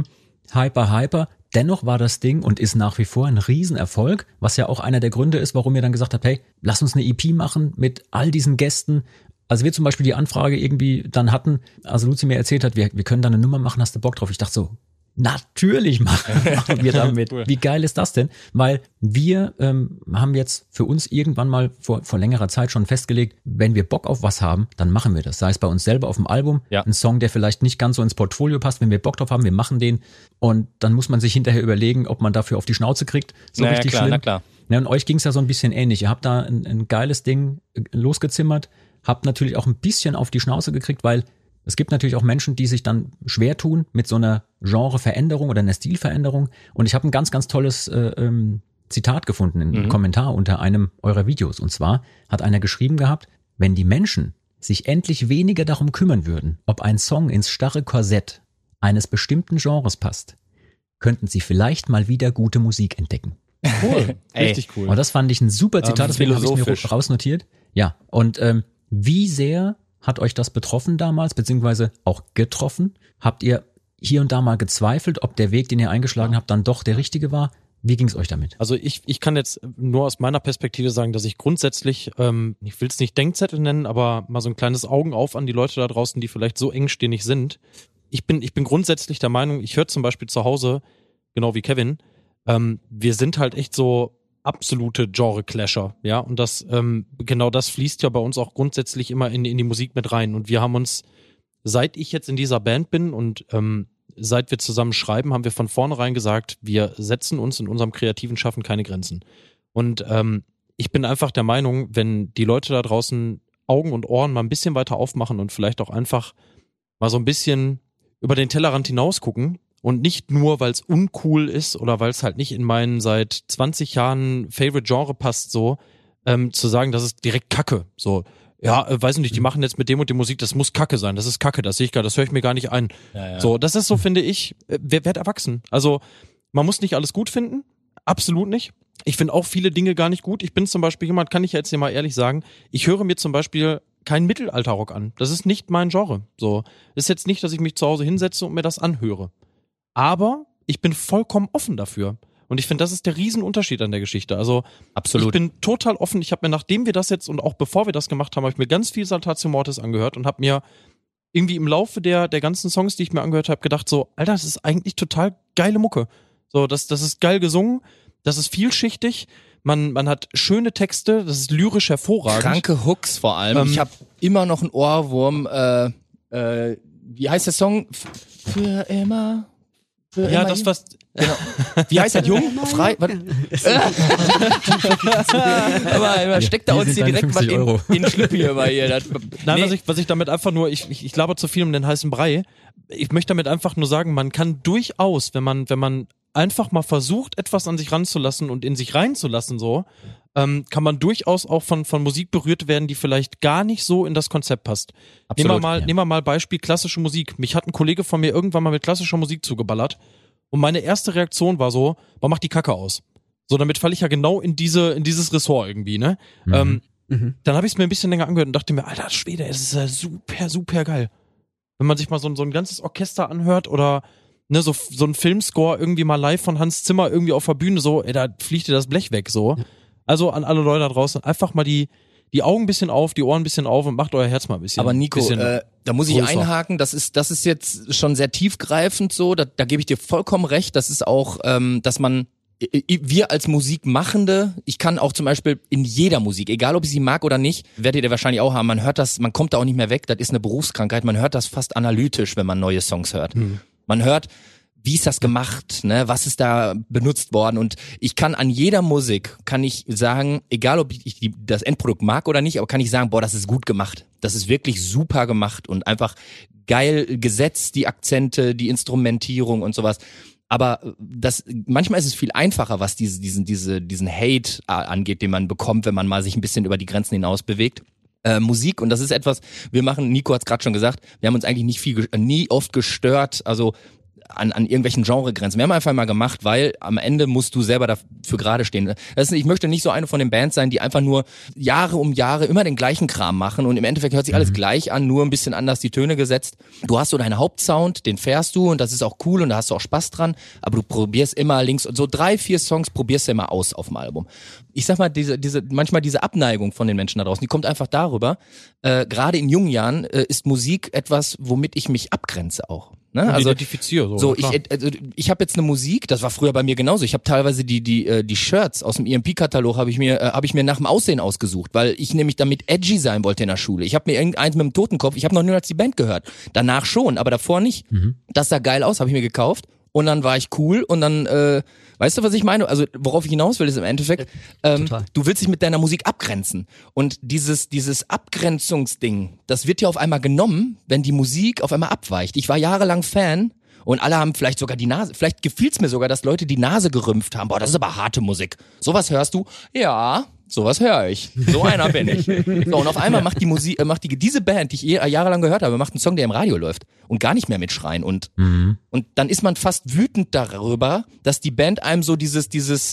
Hyper. Dennoch war das Ding und ist nach wie vor ein Riesenerfolg, was ja auch einer der Gründe ist, warum ihr dann gesagt habt, hey, lass uns eine EP machen mit all diesen Gästen. Also wir zum Beispiel die Anfrage irgendwie dann hatten, also Luzi mir erzählt hat, wir können da eine Nummer machen, hast du Bock drauf? Ich dachte so, natürlich machen wir damit. Cool. Wie geil ist das denn? Weil wir haben jetzt für uns irgendwann mal vor längerer Zeit schon festgelegt, wenn wir Bock auf was haben, dann machen wir das. Sei es bei uns selber auf dem Album, ein Song, der vielleicht nicht ganz so ins Portfolio passt, wenn wir Bock drauf haben, wir machen den und dann muss man sich hinterher überlegen, ob man dafür auf die Schnauze kriegt. So richtig schlimm. Na klar. Ja, und euch ging es ja so ein bisschen ähnlich. Ihr habt da ein geiles Ding losgezimmert, habt natürlich auch ein bisschen auf die Schnauze gekriegt, weil es gibt natürlich auch Menschen, die sich dann schwer tun mit so einer Genreveränderung oder einer Stilveränderung. Und ich habe ein ganz, ganz tolles Zitat gefunden, einen Kommentar unter einem eurer Videos. Und zwar hat einer geschrieben gehabt, wenn die Menschen sich endlich weniger darum kümmern würden, ob ein Song ins starre Korsett eines bestimmten Genres passt, könnten sie vielleicht mal wieder gute Musik entdecken. Cool, richtig cool. Und das fand ich ein super Zitat, deswegen habe ich es mir rausnotiert. Ja, und wie sehr hat euch das betroffen damals, beziehungsweise auch getroffen? Habt ihr hier und da mal gezweifelt, ob der Weg, den ihr eingeschlagen habt, dann doch der richtige war? Wie ging es euch damit? Also ich kann jetzt nur aus meiner Perspektive sagen, dass ich grundsätzlich, ich will es nicht Denkzettel nennen, aber mal so ein kleines Augen auf an die Leute da draußen, die vielleicht so engstirnig sind. Ich bin grundsätzlich der Meinung, ich höre zum Beispiel zu Hause, genau wie Kevin, wir sind halt echt so absolute Genre-Clasher, ja, und das genau das fließt ja bei uns auch grundsätzlich immer in die Musik mit rein und wir haben uns, seit ich jetzt in dieser Band bin und seit wir zusammen schreiben, haben wir von vornherein gesagt, wir setzen uns in unserem kreativen Schaffen keine Grenzen. Und ich bin einfach der Meinung, wenn die Leute da draußen Augen und Ohren mal ein bisschen weiter aufmachen und vielleicht auch einfach mal so ein bisschen über den Tellerrand hinaus gucken und nicht nur, weil es uncool ist oder weil es halt nicht in meinen seit 20 Jahren Favorite Genre passt, so zu sagen, das ist direkt Kacke. So, ja, weiß nicht, die machen jetzt mit dem und dem Musik, das muss Kacke sein, das ist Kacke, das sehe ich gar, das höre ich mir gar nicht ein. Ja. So, das ist so, finde ich, werd erwachsen. Also, man muss nicht alles gut finden, absolut nicht. Ich finde auch viele Dinge gar nicht gut. Ich bin zum Beispiel jemand, kann ich jetzt hier mal ehrlich sagen, ich höre mir zum Beispiel keinen Mittelalterrock an. Das ist nicht mein Genre. So, ist jetzt nicht, dass ich mich zu Hause hinsetze und mir das anhöre. Aber ich bin vollkommen offen dafür. Und ich finde, das ist der Riesenunterschied an der Geschichte. Also absolut. Ich bin total offen. Ich habe mir, nachdem wir das jetzt und auch bevor wir das gemacht haben, habe ich mir ganz viel Saltatio Mortis angehört und habe mir irgendwie im Laufe der ganzen Songs, die ich mir angehört habe, gedacht so, Alter, das ist eigentlich total geile Mucke. So, das ist geil gesungen, das ist vielschichtig, man hat schöne Texte, das ist lyrisch hervorragend. Kranke Hooks vor allem. Ich habe immer noch einen Ohrwurm. Wie heißt der Song? Für immer. Ja, das was. Genau. Wie heißt das? Jung? Frei? aber steckt da uns hier direkt mal in den Schlüppi über hier. Nein, was ich damit einfach nur, ich laber zu viel um den heißen Brei. Ich möchte damit einfach nur sagen, man kann durchaus, wenn man einfach mal versucht, etwas an sich ranzulassen und in sich reinzulassen, so, kann man durchaus auch von Musik berührt werden, die vielleicht gar nicht so in das Konzept passt. Absolut, Nehmen wir mal Beispiel klassische Musik. Mich hat ein Kollege von mir irgendwann mal mit klassischer Musik zugeballert und meine erste Reaktion war so, man macht die Kacke aus. So, damit falle ich ja genau in dieses Ressort irgendwie, ne? Dann habe ich es mir ein bisschen länger angehört und dachte mir, Alter Schwede, es ist ja super, super geil. Wenn man sich mal so ein ganzes Orchester anhört oder ne, so ein Filmscore irgendwie mal live von Hans Zimmer irgendwie auf der Bühne, so, ey, da fliegt dir das Blech weg, so. Also an alle Leute da draußen, einfach mal die Augen ein bisschen auf, die Ohren ein bisschen auf und macht euer Herz mal ein bisschen. Aber Nico, da muss ich einhaken, das ist jetzt schon sehr tiefgreifend so, da gebe ich dir vollkommen recht, das ist auch, dass wir als Musikmachende, ich kann auch zum Beispiel in jeder Musik, egal ob ich sie mag oder nicht, werdet ihr wahrscheinlich auch haben, man hört das, man kommt da auch nicht mehr weg, das ist eine Berufskrankheit, man hört das fast analytisch, wenn man neue Songs hört. Man hört, wie ist das gemacht, ne? Was ist da benutzt worden? Und ich kann an jeder Musik, kann ich sagen, egal ob ich das Endprodukt mag oder nicht, aber kann ich sagen, boah, das ist gut gemacht. Das ist wirklich super gemacht und einfach geil gesetzt, die Akzente, die Instrumentierung und sowas. Aber manchmal ist es viel einfacher, was diesen Hate angeht, den man bekommt, wenn man mal sich ein bisschen über die Grenzen hinaus bewegt. Musik, und das ist etwas, wir machen, Nico hat es gerade schon gesagt, wir haben uns eigentlich nie oft gestört, also an irgendwelchen Genregrenzen. Wir haben einfach mal gemacht, weil am Ende musst du selber dafür gerade stehen. Ich möchte nicht so eine von den Bands sein, die einfach nur Jahre um Jahre immer den gleichen Kram machen und im Endeffekt hört sich alles gleich an, nur ein bisschen anders die Töne gesetzt. Du hast so deinen Hauptsound, den fährst du und das ist auch cool und da hast du auch Spaß dran, aber du probierst immer links und so 3-4 Songs probierst du immer aus auf dem Album. Ich sag mal, manchmal diese Abneigung von den Menschen da draußen, die kommt einfach darüber, gerade in jungen Jahren ist Musik etwas, womit ich mich abgrenze auch. Ne? Also identifiziere ich habe jetzt eine Musik, das war früher bei mir genauso. Ich habe teilweise die Shirts aus dem EMP-Katalog habe ich mir nach dem Aussehen ausgesucht, weil ich nämlich damit edgy sein wollte in der Schule. Ich habe mir irgendeins mit dem Totenkopf, ich habe noch niemals die Band gehört. Danach schon, aber davor nicht. Das sah geil aus, habe ich mir gekauft und dann war ich cool und dann weißt du, was ich meine? Also worauf ich hinaus will, ist im Endeffekt, du willst dich mit deiner Musik abgrenzen. Und dieses Abgrenzungsding, das wird ja auf einmal genommen, wenn die Musik auf einmal abweicht. Ich war jahrelang Fan und alle haben vielleicht sogar die Nase, vielleicht gefiel's mir sogar, dass Leute die Nase gerümpft haben. Boah, das ist aber harte Musik. Sowas hörst du? Ja, sowas höre ich. So einer bin ich. So, und auf einmal macht die Musik, diese Band, die ich jahrelang gehört habe, macht einen Song, der im Radio läuft und gar nicht mehr mit Schreien und dann ist man fast wütend darüber, dass die Band einem so dieses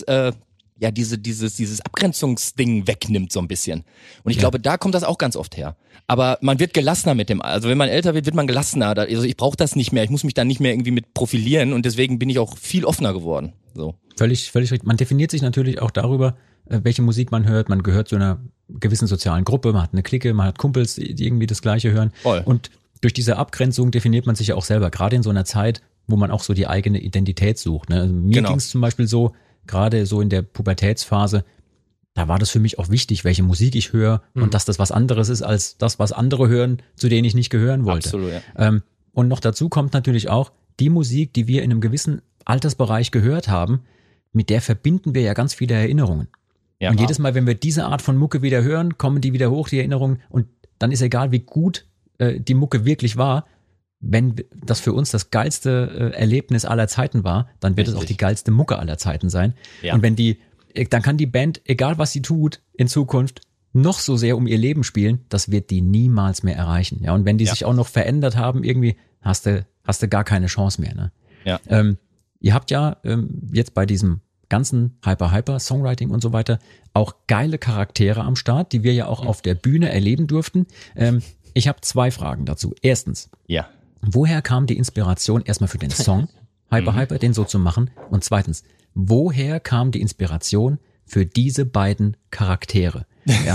Abgrenzungsding wegnimmt so ein bisschen. Und ich glaube, da kommt das auch ganz oft her. Aber man wird gelassener also wenn man älter wird man gelassener. Also ich brauche das nicht mehr, ich muss mich da nicht mehr irgendwie mit profilieren und deswegen bin ich auch viel offener geworden. So. Völlig richtig. Man definiert sich natürlich auch darüber, welche Musik man hört. Man gehört zu einer gewissen sozialen Gruppe, man hat eine Clique, man hat Kumpels, die irgendwie das Gleiche hören. Voll. Und durch diese Abgrenzung definiert man sich ja auch selber, gerade in so einer Zeit, wo man auch so die eigene Identität sucht. Ne? Also mir ging es zum Beispiel so, gerade so in der Pubertätsphase, da war das für mich auch wichtig, welche Musik ich höre und dass das was anderes ist als das, was andere hören, zu denen ich nicht gehören wollte. Absolut, ja. Und noch dazu kommt natürlich auch, die Musik, die wir in einem gewissen Altersbereich gehört haben, mit der verbinden wir ja ganz viele Erinnerungen. Ja, Und jedes Mal, wenn wir diese Art von Mucke wieder hören, kommen die wieder hoch, die Erinnerungen. Und dann ist egal, wie gut die Mucke wirklich war. Wenn das für uns das geilste Erlebnis aller Zeiten war, dann wird es auch die geilste Mucke aller Zeiten sein. Ja. Und dann kann die Band, egal was sie tut, in Zukunft noch so sehr um ihr Leben spielen, das wird die niemals mehr erreichen. Ja, und wenn die sich auch noch verändert haben, irgendwie hast du gar keine Chance mehr. Ne? Ja. Ihr habt ja jetzt bei diesem ganzen Hyper-Songwriting und so weiter auch geile Charaktere am Start, die wir ja auch auf der Bühne erleben durften. Ich habe 2 Fragen dazu. Erstens, Ja. woher kam die Inspiration erstmal für den Song Hyper, den so zu machen? Und zweitens, woher kam die Inspiration für diese beiden Charaktere?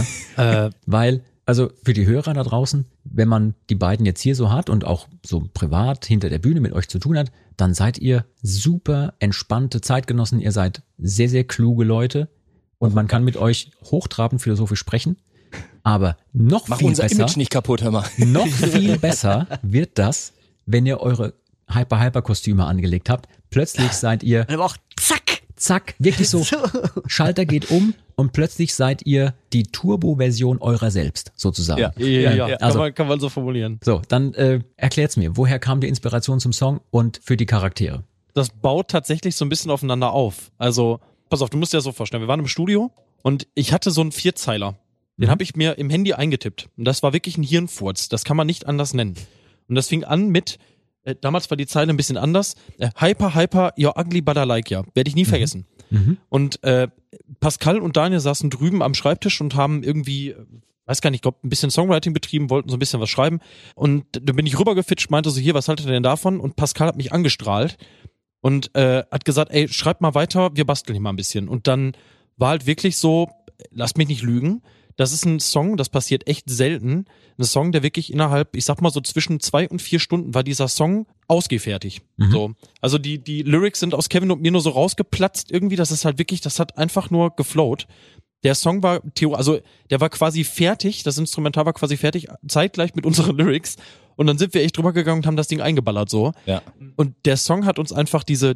Ja? Weil, also für die Hörer da draußen, wenn man die beiden jetzt hier so hat und auch so privat hinter der Bühne mit euch zu tun hat, dann seid ihr super entspannte Zeitgenossen, ihr seid sehr, sehr kluge Leute und man kann mit euch hochtrabend philosophisch sprechen. Aber noch Mach viel unser besser, Image nicht kaputt, hör mal. noch viel besser wird das, wenn ihr eure Hyper-Kostüme angelegt habt. Plötzlich seid ihr, Aber auch zack. wirklich so, Schalter geht um und plötzlich seid ihr die Turbo-Version eurer selbst, sozusagen. Ja. Also- Kann man so formulieren. So, dann erklärt's mir, woher kam die Inspiration zum Song und für die Charaktere? Das baut tatsächlich so ein bisschen aufeinander auf. Also, pass auf, du musst dir das so vorstellen. Wir waren im Studio und ich hatte so einen 4-Zeiler. Den habe ich mir im Handy eingetippt. Und das war wirklich ein Hirnfurz. Das kann man nicht anders nennen. Und das fing an mit, damals war die Zeile ein bisschen anders. Hyper, you're ugly, but I like ya. Werde ich nie vergessen. Und Pascal und Daniel saßen drüben am Schreibtisch und haben irgendwie, weiß gar nicht, glaub, ein bisschen Songwriting betrieben, wollten so ein bisschen was schreiben. Und dann bin ich rübergefitscht, meinte so, hier, was haltet ihr denn davon? Und Pascal hat mich angestrahlt und hat gesagt, ey, schreib mal weiter, wir basteln hier mal ein bisschen. Und dann war halt wirklich so, lasst mich nicht lügen, das ist ein Song, das passiert echt selten. Ein Song, der wirklich innerhalb, ich sag mal so zwischen 2 und 4 Stunden war dieser Song ausgefertigt. So. Also die Lyrics sind aus Kevin und mir nur so rausgeplatzt irgendwie, das ist halt wirklich, das hat einfach nur geflowt. Der Song war, der war quasi fertig, das Instrumental war quasi fertig, zeitgleich mit unseren Lyrics. Und dann sind wir echt drüber gegangen und haben das Ding eingeballert so. Ja. Und der Song hat uns einfach diesen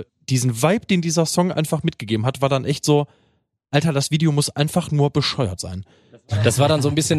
Vibe, den dieser Song einfach mitgegeben hat, war dann echt so, Alter, das Video muss einfach nur bescheuert sein. Das war dann so ein bisschen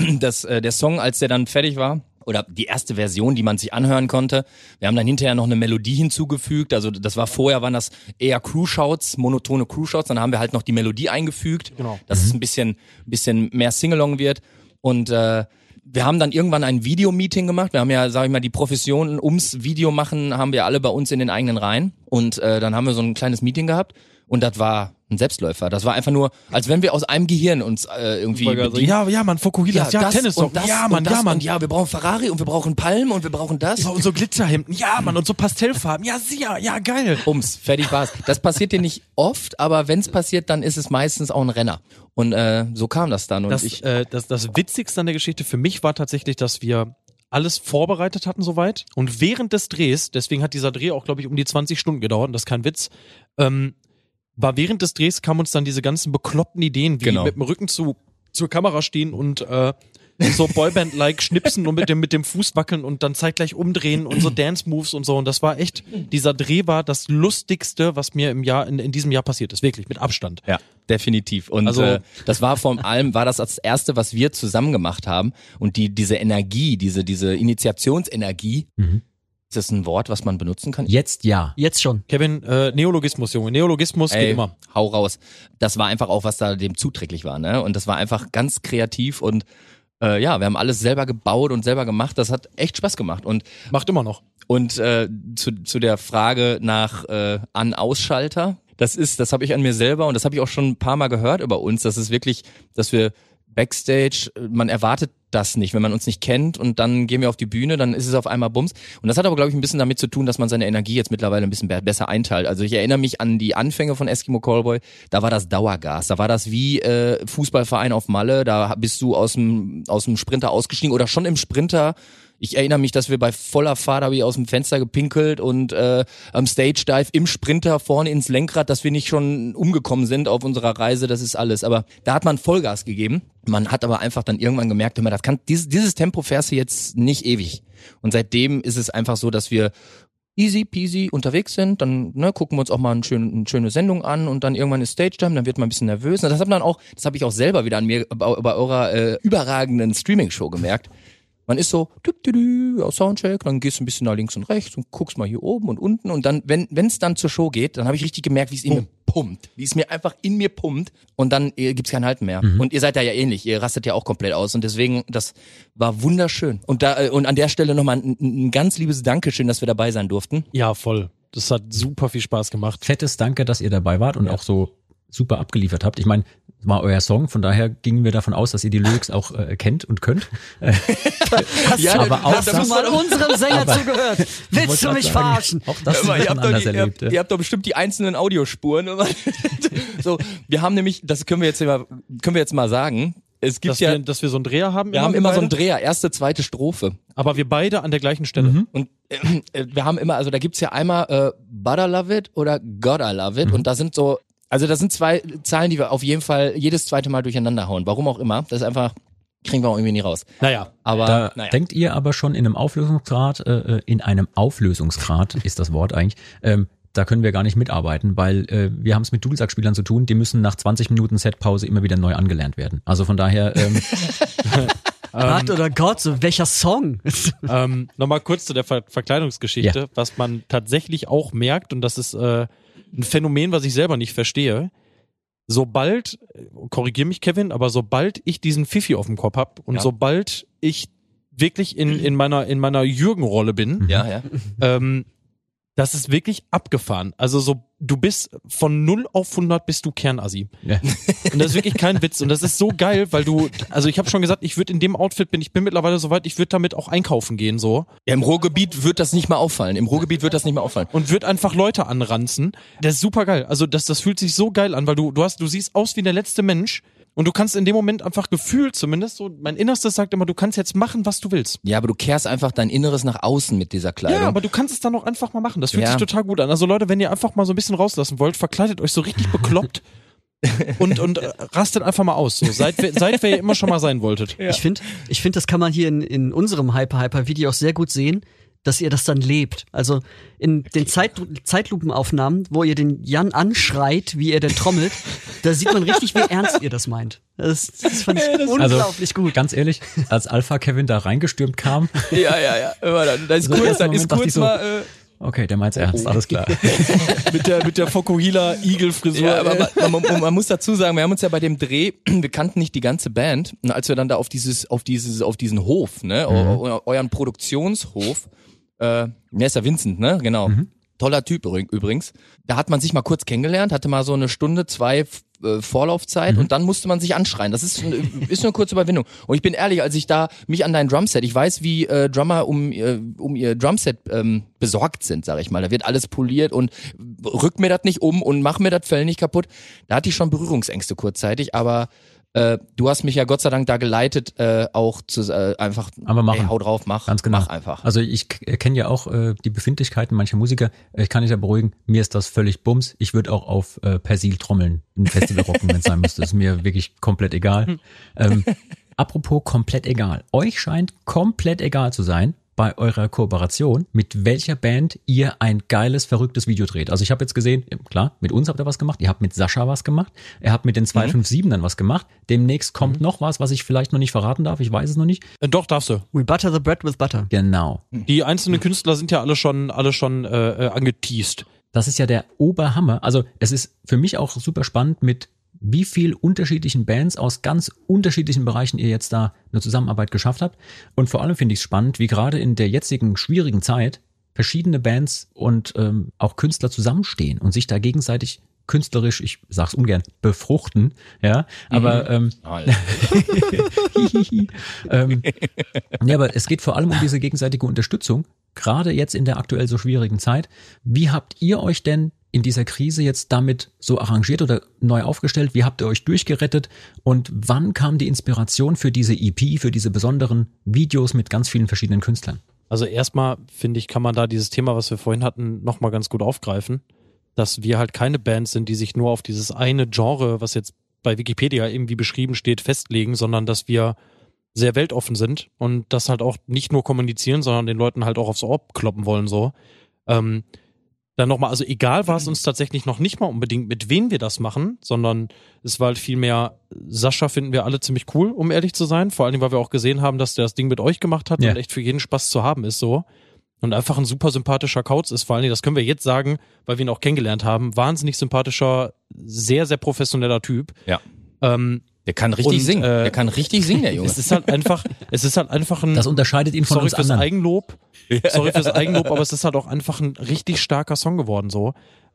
der Song, als der dann fertig war. Oder die erste Version, die man sich anhören konnte. Wir haben dann hinterher noch eine Melodie hinzugefügt. Also das war vorher, waren das eher Crew-Shouts, monotone Crew-Shouts. Dann haben wir halt noch die Melodie eingefügt, Genau. dass es ein bisschen mehr Singalong wird. Und wir haben dann irgendwann ein Videomeeting gemacht. Wir haben ja, sag ich mal, die Profession ums Video machen, haben wir alle bei uns in den eigenen Reihen. Und dann haben wir so ein kleines Meeting gehabt. Und das war ein Selbstläufer. Das war einfach nur, als wenn wir aus einem Gehirn uns irgendwie bedienen. Ja, Mann, Fokuhilas, ja, das Tennis und das ja, und Mann, das ja, Mann. und ja, wir brauchen Ferrari und wir brauchen Palmen und wir brauchen das. Und so Glitzerhemden, ja, Mann, und so Pastellfarben, ja, geil. Fertig war's. Das passiert dir nicht oft, aber wenn's passiert, dann ist es meistens auch ein Renner. Und so kam das dann. Und Das Witzigste an der Geschichte für mich war tatsächlich, dass wir alles vorbereitet hatten soweit und während des Drehs, deswegen hat dieser Dreh auch, glaube ich, um die 20 Stunden gedauert, und das ist kein Witz, war während des Drehs kamen uns dann diese ganzen bekloppten Ideen, wie Genau. mit dem Rücken zur Kamera stehen und so Boyband-like schnipsen und mit dem Fuß wackeln und dann zeitgleich umdrehen und so Dance-Moves und so. Und das war echt, dieser Dreh war das Lustigste, was mir in diesem Jahr passiert ist. Wirklich, mit Abstand. ja, definitiv. Und Also- das war vor allem, war das Erste, was wir zusammen gemacht haben. Und diese Energie, diese Initiationsenergie, ist das ein Wort, was man benutzen kann? Jetzt ja. Jetzt schon. Kevin, Neologismus, Junge. Neologismus geht immer. Hau raus. Das war einfach auch, was da dem zuträglich war, ne? Und das war einfach ganz kreativ und wir haben alles selber gebaut und selber gemacht. Das hat echt Spaß gemacht. Und Macht immer noch. zu der Frage nach An-Ausschalter, das habe ich an mir selber und das habe ich auch schon ein paar Mal gehört über uns. Das ist wirklich, dass wir Backstage, man erwartet das nicht, wenn man uns nicht kennt und dann gehen wir auf die Bühne, dann ist es auf einmal Bums. Und das hat aber, glaube ich, ein bisschen damit zu tun, dass man seine Energie jetzt mittlerweile ein bisschen besser einteilt. Also ich erinnere mich an die Anfänge von Eskimo Callboy, da war das Dauergas, da war das wie Fußballverein auf Malle, da bist du aus dem Sprinter ausgestiegen oder schon im Sprinter. Ich erinnere mich, dass wir bei voller Fahrt habe ich aus dem Fenster gepinkelt und am Stage Dive im Sprinter vorne ins Lenkrad, dass wir nicht schon umgekommen sind auf unserer Reise, das ist alles. Aber da hat man Vollgas gegeben. Man hat aber einfach dann irgendwann gemerkt, dieses Tempo fährst du jetzt nicht ewig. Und seitdem ist es einfach so, dass wir easy peasy unterwegs sind, dann gucken wir uns auch mal eine schöne Sendung an und dann irgendwann ist Stage Time, dann wird man ein bisschen nervös. Und das habe ich auch selber wieder an mir bei eurer überragenden Streaming-Show gemerkt. Man ist so, Soundcheck, dann gehst du ein bisschen nach links und rechts und guckst mal hier oben und unten und dann, wenn es dann zur Show geht, dann habe ich richtig gemerkt, wie es in mir pumpt, wie es mir einfach in mir pumpt und dann gibt's kein Halten mehr. Und ihr seid da ja ähnlich, ihr rastet ja auch komplett aus und deswegen, das war wunderschön. Und an der Stelle nochmal ein ganz liebes Dankeschön, dass wir dabei sein durften. Ja, voll. Das hat super viel Spaß gemacht. Fettes Danke, dass ihr dabei wart und auch so super abgeliefert habt. Ich meine, war euer Song, von daher gingen wir davon aus, dass ihr die Lyrics auch kennt und könnt. Aber auch hast du mal unserem Sänger zugehört? Willst du mich verarschen? Auch das erlebt. Ihr habt doch bestimmt die einzelnen Audiospuren. So, wir haben nämlich, das können wir jetzt mal sagen. Es gibt dass wir so einen Dreher haben. Wir haben immer so einen Dreher, erste, zweite Strophe. Aber wir beide an der gleichen Stelle. Und wir haben immer, also da gibt's ja einmal But I Love It oder God I Love It und da sind so, also das sind zwei Zahlen, die wir auf jeden Fall jedes zweite Mal durcheinander hauen. Warum auch immer. Das ist einfach, kriegen wir auch irgendwie nie raus. Naja. Aber denkt ihr aber schon in einem Auflösungsgrad ist das Wort eigentlich, da können wir gar nicht mitarbeiten, weil wir haben es mit Dudelsackspielern zu tun, die müssen nach 20 Minuten Setpause immer wieder neu angelernt werden. Also von daher... Gott oder Gott, so welcher Song? Nochmal kurz zu der Verkleidungsgeschichte, was man tatsächlich auch merkt, und das ist ein Phänomen, was ich selber nicht verstehe. Sobald, korrigier mich Kevin, aber sobald ich diesen Fifi auf dem Kopf hab und sobald ich wirklich in meiner Jürgen-Rolle bin, das ist wirklich abgefahren. Also so, du bist von 0 auf 100 bist du Kernassi. Ja. Und das ist wirklich kein Witz. Und das ist so geil, weil also ich habe schon gesagt, ich würde in dem Outfit ich bin mittlerweile so weit, ich würde damit auch einkaufen gehen, so. Ja, im Ruhrgebiet wird das nicht mal auffallen. Und wird einfach Leute anranzen. Das ist super geil. Also das fühlt sich so geil an, weil du siehst aus wie der letzte Mensch. Und du kannst in dem Moment einfach gefühlt zumindest, so mein Innerstes sagt immer, du kannst jetzt machen, was du willst. Ja, aber du kehrst einfach dein Inneres nach außen mit dieser Kleidung. Ja, aber du kannst es dann auch einfach mal machen. Das fühlt sich total gut an. Also Leute, wenn ihr einfach mal so ein bisschen rauslassen wollt, verkleidet euch so richtig bekloppt und rastet einfach mal aus. So. Seid wer ihr immer schon mal sein wolltet. Ja. Ich find, das kann man hier in unserem Hyper-Video auch sehr gut sehen, dass ihr das dann lebt. Also in den Zeitlupenaufnahmen, wo ihr den Jan anschreit, wie er denn trommelt, da sieht man richtig, wie ernst ihr das meint. Das fand ich unglaublich gut. Ganz ehrlich, als Alpha Kevin da reingestürmt kam. Ja. Immer dann. Da ist kurz mal. Okay, der meint's ernst, alles klar. mit der Fokuhila Igel-Frisur. Ja, aber man muss dazu sagen, wir haben uns ja bei dem Dreh, wir kannten nicht die ganze Band. Und als wir dann da auf diesen Hof, ne, euren Produktionshof, mir ist ja Vincent, ne, genau. Toller Typ übrigens. Da hat man sich mal kurz kennengelernt, hatte mal so eine Stunde, 2 Vorlaufzeit und dann musste man sich anschreien. Das ist eine kurze Überwindung. Und ich bin ehrlich, als ich da mich an dein Drumset, ich weiß, wie Drummer um ihr Drumset besorgt sind, sag ich mal. Da wird alles poliert und rück mir das nicht um und mach mir das Fell nicht kaputt. Da hatte ich schon Berührungsängste kurzzeitig, aber du hast mich ja Gott sei Dank da geleitet, auch zu einfach, aber machen. Ey, hau drauf, mach. Ganz genau. Mach einfach. Also ich kenne ja auch die Befindlichkeiten mancher Musiker. Ich kann dich ja beruhigen, mir ist das völlig Bums. Ich würde auch auf Persil trommeln, ein Festival rocken, wenn es sein müsste. Das ist mir wirklich komplett egal. Apropos komplett egal. Euch scheint komplett egal zu sein, bei eurer Kooperation, mit welcher Band ihr ein geiles, verrücktes Video dreht. Also ich habe jetzt gesehen, klar, mit uns habt ihr was gemacht, ihr habt mit Sascha was gemacht, ihr habt mit den 257ern was gemacht, demnächst kommt noch was ich vielleicht noch nicht verraten darf, ich weiß es noch nicht. Doch, darfst du. We butter the bread with butter. Genau. Die einzelnen Künstler sind ja alle schon angeteased. Das ist ja der Oberhammer. Also es ist für mich auch super spannend, mit wie viel unterschiedlichen Bands aus ganz unterschiedlichen Bereichen ihr jetzt da eine Zusammenarbeit geschafft habt. Und vor allem finde ich es spannend, wie gerade in der jetzigen schwierigen Zeit verschiedene Bands und auch Künstler zusammenstehen und sich da gegenseitig künstlerisch, ich sag's ungern, befruchten, ja, aber ja, aber es geht vor allem um diese gegenseitige Unterstützung, gerade jetzt in der aktuell so schwierigen Zeit. Wie habt ihr euch denn in dieser Krise jetzt damit so arrangiert oder neu aufgestellt? Wie habt ihr euch durchgerettet? Und wann kam die Inspiration für diese EP, für diese besonderen Videos mit ganz vielen verschiedenen Künstlern? Also erstmal, finde ich, kann man da dieses Thema, was wir vorhin hatten, nochmal ganz gut aufgreifen, dass wir halt keine Band sind, die sich nur auf dieses eine Genre, was jetzt bei Wikipedia irgendwie beschrieben steht, festlegen, sondern dass wir sehr weltoffen sind und das halt auch nicht nur kommunizieren, sondern den Leuten halt auch aufs Ohr kloppen wollen, so. Dann nochmal, also egal war es uns tatsächlich noch nicht mal unbedingt, mit wem wir das machen, sondern es war halt vielmehr, Sascha finden wir alle ziemlich cool, um ehrlich zu sein. Vor allem, weil wir auch gesehen haben, dass der das Ding mit euch gemacht hat und echt für jeden Spaß zu haben ist so. Und einfach ein super sympathischer Kauz ist, vor allem, das können wir jetzt sagen, weil wir ihn auch kennengelernt haben, wahnsinnig sympathischer, sehr, sehr professioneller Typ. Ja. Der kann richtig singen. Der kann richtig singen, der Junge. Es ist halt einfach ein... Das unterscheidet ihn von uns anderen. Sorry fürs Eigenlob, aber es ist halt auch einfach ein richtig starker Song geworden, so.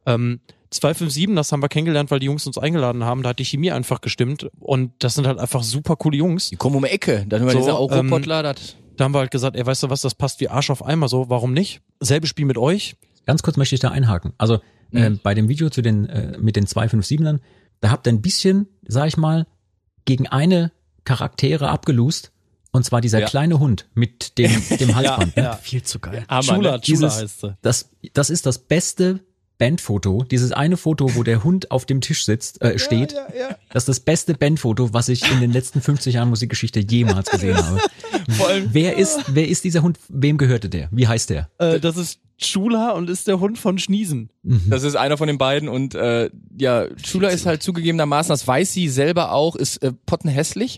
257, das haben wir kennengelernt, weil die Jungs uns eingeladen haben, da hat die Chemie einfach gestimmt und das sind halt einfach super coole Jungs. Die kommen um die Ecke, dann über dieser Europodler, da haben wir halt gesagt, ey, weißt du was, das passt wie Arsch auf Eimer, so, warum nicht? Selbe Spiel mit euch. Ganz kurz möchte ich da einhaken. Also bei dem Video mit den 257ern, da habt ihr ein bisschen, sag ich mal, gegen eine Charaktere abgelust. Und zwar dieser kleine Hund mit dem Halsband. Ja. Viel zu geil. Chula heißt sie. Das ist das beste Bandfoto. Dieses eine Foto, wo der Hund auf dem Tisch steht. Ja. Das ist das beste Bandfoto, was ich in den letzten 50 Jahren Musikgeschichte jemals gesehen habe. Wer ist dieser Hund? Wem gehörte der? Wie heißt der? Das ist Chula und ist der Hund von Schniesen. Das ist einer von den beiden und Chula ist halt zugegebenermaßen, das weiß sie selber auch, ist pottenhässlich.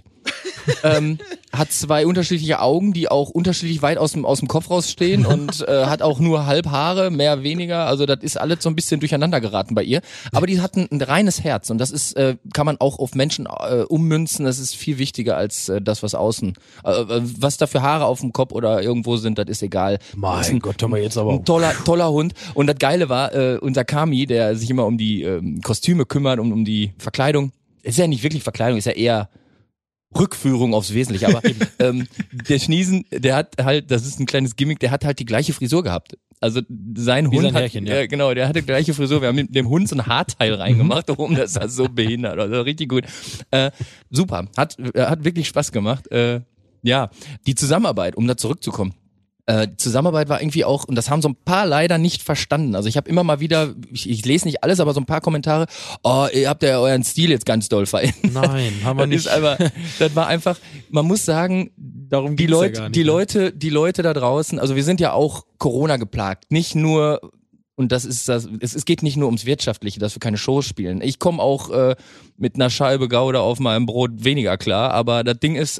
Hat zwei unterschiedliche Augen, die auch unterschiedlich weit aus dem Kopf rausstehen und hat auch nur Halbhaare, mehr, weniger. Also das ist alles so ein bisschen durcheinander geraten bei ihr. Aber die hat ein reines Herz und das ist, kann man auch auf Menschen ummünzen. Das ist viel wichtiger als das, was außen, was da für Haare auf dem Kopf oder irgendwo sind, das ist egal. Mein Gott, haben wir jetzt aber ein toller Hund. Und das Geile war, unser Kami, der sich immer um die Kostüme kümmert und um die Verkleidung. Ist ja nicht wirklich Verkleidung, ist ja eher Rückführung aufs Wesentliche, aber der Schniesen, der hat halt, das ist ein kleines Gimmick, der hat halt die gleiche Frisur gehabt. Also sein Hund hat, Härchen, ja. Genau, der hatte die gleiche Frisur. Wir haben mit dem Hund so ein Haarteil reingemacht, oben, das war so behindert, also richtig gut. Super, hat wirklich Spaß gemacht. Ja, die Zusammenarbeit, um da zurückzukommen. Die Zusammenarbeit war irgendwie auch, und das haben so ein paar leider nicht verstanden. Also ich habe immer mal wieder, ich lese nicht alles, aber so ein paar Kommentare, ihr habt ja euren Stil jetzt ganz doll verändert. Nein, haben wir nicht. Das war einfach, man muss sagen, darum die Leute da draußen, also wir sind ja auch Corona geplagt, nicht nur, und das ist das, es geht nicht nur ums Wirtschaftliche, dass wir keine Shows spielen. Ich komme auch mit einer Scheibe Gouda auf meinem Brot weniger klar, aber das Ding ist,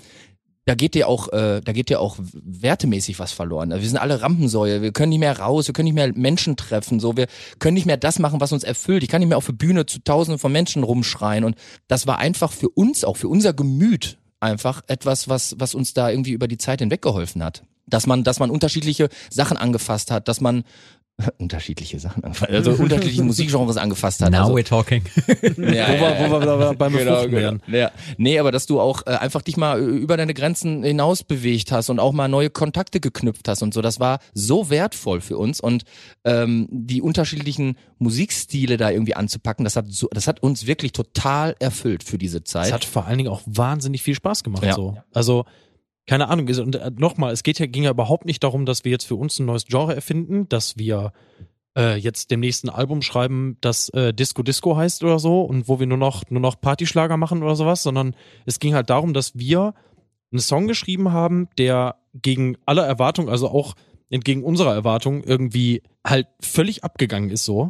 da geht dir auch wertemäßig was verloren. Also wir sind alle Rampensäue, wir können nicht mehr raus, wir können nicht mehr Menschen treffen, so, wir können nicht mehr das machen, was uns erfüllt. Ich kann nicht mehr auf der Bühne zu Tausenden von Menschen rumschreien und das war einfach für uns, auch für unser Gemüt einfach etwas, was uns da irgendwie über die Zeit hinweg geholfen hat. Dass man unterschiedliche Sachen angefasst hat, dass man unterschiedliche Musikgenres angefasst hat. Now also, we're talking. Wo wir beim Befruchten wären. Ja. Nee, aber dass du auch einfach dich mal über deine Grenzen hinaus bewegt hast und auch mal neue Kontakte geknüpft hast und so. Das war so wertvoll für uns und die unterschiedlichen Musikstile da irgendwie anzupacken, das hat uns wirklich total erfüllt für diese Zeit. Es hat vor allen Dingen auch wahnsinnig viel Spaß gemacht. Ja. So. Also keine Ahnung, und nochmal, es ging ja überhaupt nicht darum, dass wir jetzt für uns ein neues Genre erfinden, dass wir jetzt dem nächsten Album schreiben, das Disco heißt oder so und wo wir nur noch Partyschlager machen oder sowas, sondern es ging halt darum, dass wir einen Song geschrieben haben, der gegen alle Erwartungen, also auch entgegen unserer Erwartungen irgendwie halt völlig abgegangen ist so.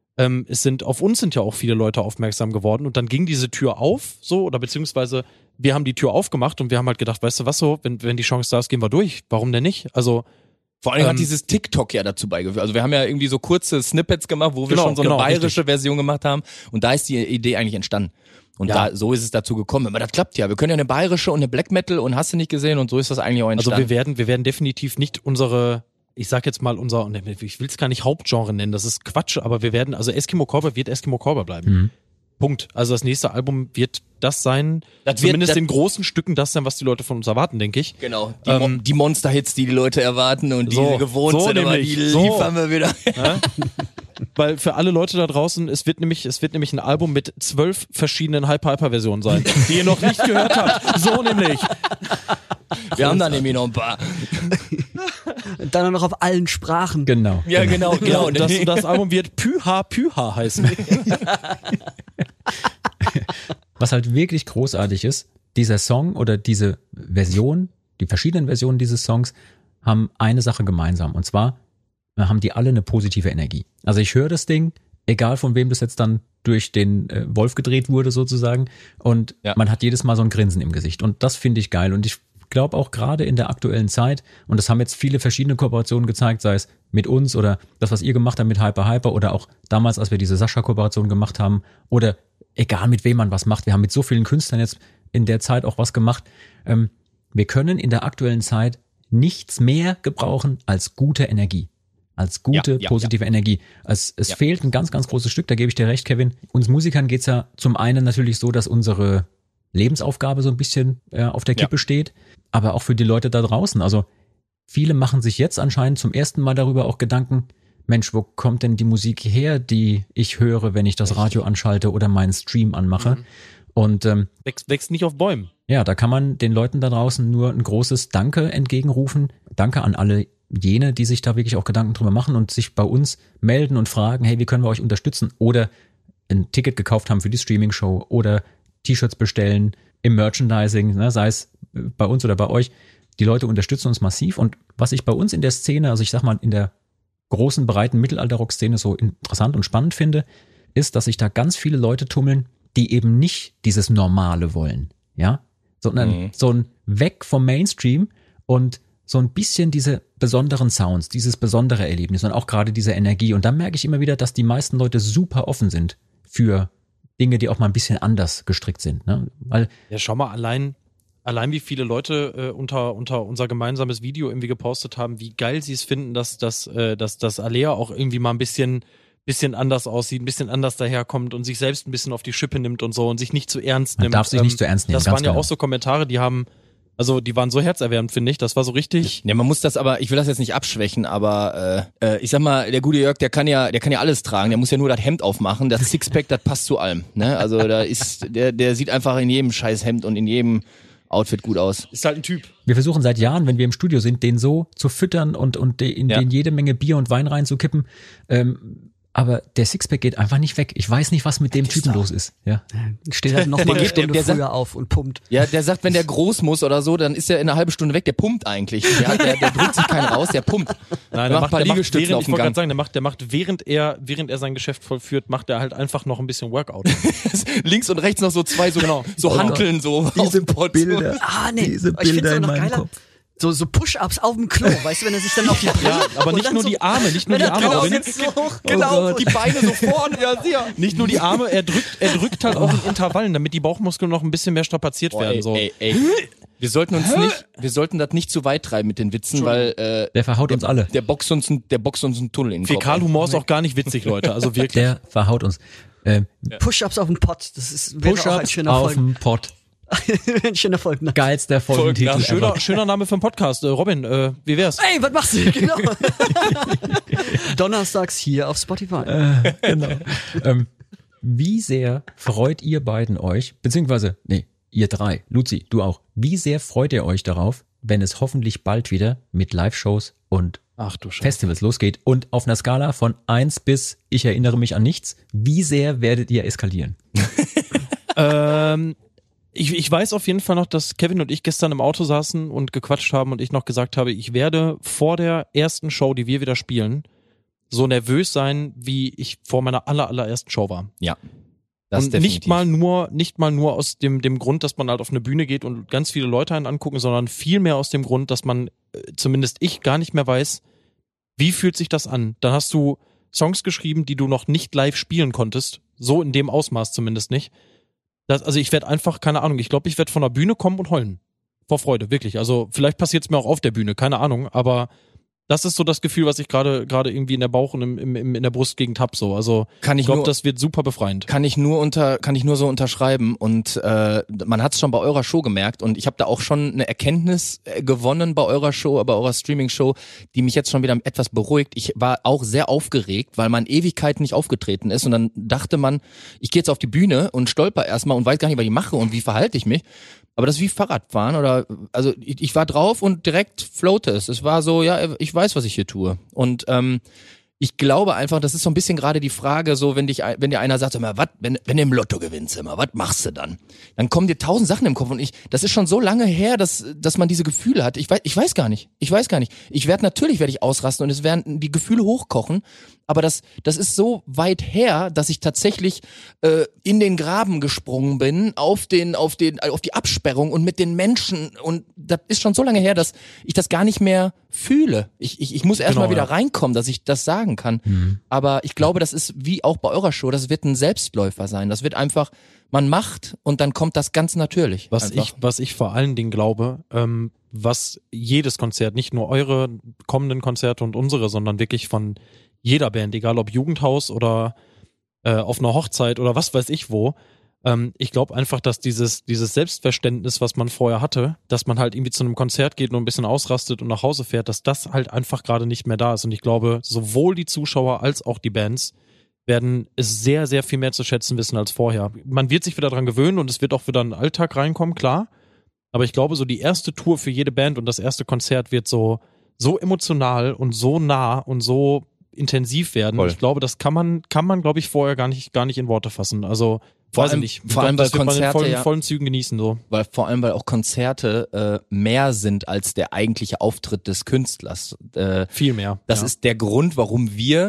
Auf uns sind ja auch viele Leute aufmerksam geworden und dann ging diese Tür auf, so, oder beziehungsweise wir haben die Tür aufgemacht und wir haben halt gedacht, weißt du was so, wenn die Chance da ist, gehen wir durch. Warum denn nicht? Also vor allem hat dieses TikTok ja dazu beigeführt. Also wir haben ja irgendwie so kurze Snippets gemacht, wo wir schon so eine bayerische Version gemacht haben und da ist die Idee eigentlich entstanden. Und so ist es dazu gekommen. Aber das klappt ja. Wir können ja eine bayerische und eine Black Metal und hast du nicht gesehen und so ist das eigentlich auch entstanden. Also wir werden definitiv nicht ich sag jetzt mal ich will es gar nicht Hauptgenre nennen, das ist Quatsch, aber Eskimo Cowboy wird Eskimo Cowboy bleiben. Mhm. Punkt. Also das nächste Album wird das sein, zumindest in großen Stücken das sein, was die Leute von uns erwarten, denke ich. Genau, die Monster-Hits, die Leute erwarten und die gewohnt sind, aber die liefern wir wieder. Ja? Weil für alle Leute da draußen, es wird nämlich ein Album mit 12 verschiedenen Hyper-Versionen sein, die ihr noch nicht gehört habt. So nämlich. Wir haben da nämlich noch ein paar. Dann noch auf allen Sprachen. Genau. Ja, genau. Und das Album wird Pyha heißen. Was halt wirklich großartig ist, dieser Song oder diese Version, die verschiedenen Versionen dieses Songs haben eine Sache gemeinsam. Und zwar, haben die alle eine positive Energie. Also ich höre das Ding, egal von wem das jetzt dann durch den Wolf gedreht wurde sozusagen, und man hat jedes Mal so ein Grinsen im Gesicht, und das finde ich geil. Und ich glaube auch gerade in der aktuellen Zeit, und das haben jetzt viele verschiedene Kooperationen gezeigt, sei es mit uns oder das, was ihr gemacht habt mit Hyper oder auch damals, als wir diese Sascha-Kooperation gemacht haben, oder egal mit wem man was macht, wir haben mit so vielen Künstlern jetzt in der Zeit auch was gemacht. Wir können in der aktuellen Zeit nichts mehr gebrauchen als gute Energie. Als gute, positive Energie. Es fehlt ein ganz, ganz großes Stück, da gebe ich dir recht, Kevin. Uns Musikern geht's ja zum einen natürlich so, dass unsere Lebensaufgabe so ein bisschen auf der Kippe steht, aber auch für die Leute da draußen. Also viele machen sich jetzt anscheinend zum ersten Mal darüber auch Gedanken, Mensch, wo kommt denn die Musik her, die ich höre, wenn ich das Radio anschalte oder meinen Stream anmache? Und wächst nicht auf Bäumen. Ja, da kann man den Leuten da draußen nur ein großes Danke entgegenrufen. Danke an alle jene, die sich da wirklich auch Gedanken drüber machen und sich bei uns melden und fragen, hey, wie können wir euch unterstützen? Oder ein Ticket gekauft haben für die Streaming-Show oder T-Shirts bestellen im Merchandising, ne, sei es bei uns oder bei euch. Die Leute unterstützen uns massiv, und was ich bei uns in der Szene, also ich sag mal in der großen, breiten Mittelalter-Rock-Szene so interessant und spannend finde, ist, dass sich da ganz viele Leute tummeln, die eben nicht dieses Normale wollen, ja, sondern so ein Weg vom Mainstream und so ein bisschen diese besonderen Sounds, dieses besondere Erlebnis und auch gerade diese Energie. Und da merke ich immer wieder, dass die meisten Leute super offen sind für Dinge, die auch mal ein bisschen anders gestrickt sind, ne? Weil ja, schau mal, allein wie viele Leute unter unser gemeinsames Video irgendwie gepostet haben, wie geil sie es finden, dass Alea auch irgendwie mal ein bisschen anders aussieht, ein bisschen anders daherkommt und sich selbst ein bisschen auf die Schippe nimmt und so und sich nicht zu ernst nimmt. Man darf sich nicht zu ernst nehmen. Das waren ja auch so Kommentare, die waren so herzerwärmend, finde ich. Das war so richtig. Ja, man muss das aber, ich will das jetzt nicht abschwächen, aber ich sag mal, der gute Jörg, der kann ja alles tragen. Der muss ja nur das Hemd aufmachen. Das Sixpack, das passt zu allem. Ne? Also da ist, der sieht einfach in jedem scheiß Hemd und in jedem Outfit gut aus. Ist halt ein Typ. Wir versuchen seit Jahren, wenn wir im Studio sind, den so zu füttern und den jede Menge Bier und Wein reinzukippen. Aber der Sixpack geht einfach nicht weg. Ich weiß nicht, was mit dem Typen los ist. Ja. Steht halt noch mal eine Stunde der früher auf und pumpt. Ja, der sagt, wenn der groß muss oder so, dann ist er in einer halben Stunde weg. Der pumpt eigentlich. Der drückt sich keinen raus, der pumpt. Nein, der macht ein paar Liegestützen auf dem Gang. Der macht, während er sein Geschäft vollführt, macht er halt einfach noch ein bisschen Workout. Links und rechts noch so zwei so Hanteln so. Diese Bilder. Diese Bilder in meinem Kopf. So Push-Ups auf dem Klo, weißt du, wenn er sich dann auf die Brille... Ja, aber nicht nur die Arme, Genau, die Beine so vorne, ja. Nicht nur die Arme, er drückt halt auch in Intervallen, damit die Bauchmuskeln noch ein bisschen mehr strapaziert werden. So. Ey. Wir sollten das nicht zu weit treiben mit den Witzen, weil der verhaut uns alle. Der boxt uns einen Tunnel in den Kopf. Fäkalhumor ist auch gar nicht witzig, Leute, also wirklich. Der verhaut uns. Push-Ups auf dem Pott, wäre auch ein schöner auf dem Pott. Ein schöner Folgen. Geilster Folgentitel. Ja, schöner Name für einen Podcast. Robin, wie wär's? Ey, was machst du? Genau. Donnerstags hier auf Spotify. Genau. Wie sehr freut ihr beiden euch, beziehungsweise, ihr drei, Luzi, du auch, wie sehr freut ihr euch darauf, wenn es hoffentlich bald wieder mit Live-Shows und Festivals losgeht, und auf einer Skala von 1 bis, ich erinnere mich an nichts, wie sehr werdet ihr eskalieren? Ich weiß auf jeden Fall noch, dass Kevin und ich gestern im Auto saßen und gequatscht haben und ich noch gesagt habe, ich werde vor der ersten Show, die wir wieder spielen, so nervös sein, wie ich vor meiner allerersten Show war. Ja. Das und nicht mal nur aus dem Grund, dass man halt auf eine Bühne geht und ganz viele Leute einen angucken, sondern vielmehr aus dem Grund, dass man, zumindest ich, gar nicht mehr weiß, wie fühlt sich das an. Dann hast du Songs geschrieben, die du noch nicht live spielen konntest. So in dem Ausmaß zumindest nicht. Also ich werde einfach, keine Ahnung, ich glaube, ich werde von der Bühne kommen und heulen. Vor Freude, wirklich. Also vielleicht passiert es mir auch auf der Bühne, keine Ahnung, aber das ist so das Gefühl, was ich gerade irgendwie in der Bauch und in der Brustgegend hab. So. Also ich glaube, das wird super befreiend. Kann ich nur so unterschreiben, und man hat es schon bei eurer Show gemerkt, und ich habe da auch schon eine Erkenntnis gewonnen bei eurer Show, bei eurer Streaming-Show, die mich jetzt schon wieder etwas beruhigt. Ich war auch sehr aufgeregt, weil man Ewigkeiten nicht aufgetreten ist, und dann dachte man, ich gehe jetzt auf die Bühne und stolper erstmal und weiß gar nicht, was ich mache und wie verhalte ich mich. Aber das ist wie Fahrradfahren, also ich war drauf und direkt floate es. Es war so, ja, ich weiß, was ich hier tue. Und ich glaube einfach, das ist so ein bisschen gerade die Frage, so wenn dir einer sagt, immer, wenn du im Lotto gewinnst, immer, was machst du dann? Dann kommen dir 1000 Sachen im Kopf und das ist schon so lange her, dass man diese Gefühle hat. Ich weiß gar nicht. Natürlich werde ich ausrasten und es werden die Gefühle hochkochen, aber das ist so weit her, dass ich tatsächlich in den Graben gesprungen bin, auf die Absperrung und mit den Menschen, und das ist schon so lange her, dass ich das gar nicht mehr fühle. Ich muss erst mal wieder reinkommen, dass ich das sagen kann. Aber ich glaube, das ist wie auch bei eurer Show, das wird ein Selbstläufer sein. Das wird einfach, man macht und dann kommt das ganz natürlich. Was ich vor allen Dingen glaube, was jedes Konzert, nicht nur eure kommenden Konzerte und unsere, sondern wirklich von jeder Band, egal ob Jugendhaus oder auf einer Hochzeit oder was weiß ich wo, ich glaube einfach, dass dieses Selbstverständnis, was man vorher hatte, dass man halt irgendwie zu einem Konzert geht und ein bisschen ausrastet und nach Hause fährt, dass das halt einfach gerade nicht mehr da ist. Und ich glaube, sowohl die Zuschauer als auch die Bands werden es sehr, sehr viel mehr zu schätzen wissen als vorher. Man wird sich wieder dran gewöhnen und es wird auch wieder in den Alltag reinkommen, klar. Aber ich glaube, so die erste Tour für jede Band und das erste Konzert wird so emotional und so nah und so intensiv werden. Voll. Ich glaube, das kann man, glaube ich, vorher gar nicht in Worte fassen. Also vor allem weil Konzerte in vollen Zügen genießen so. Weil auch Konzerte mehr sind als der eigentliche Auftritt des Künstlers. Viel mehr. Das ist der Grund, warum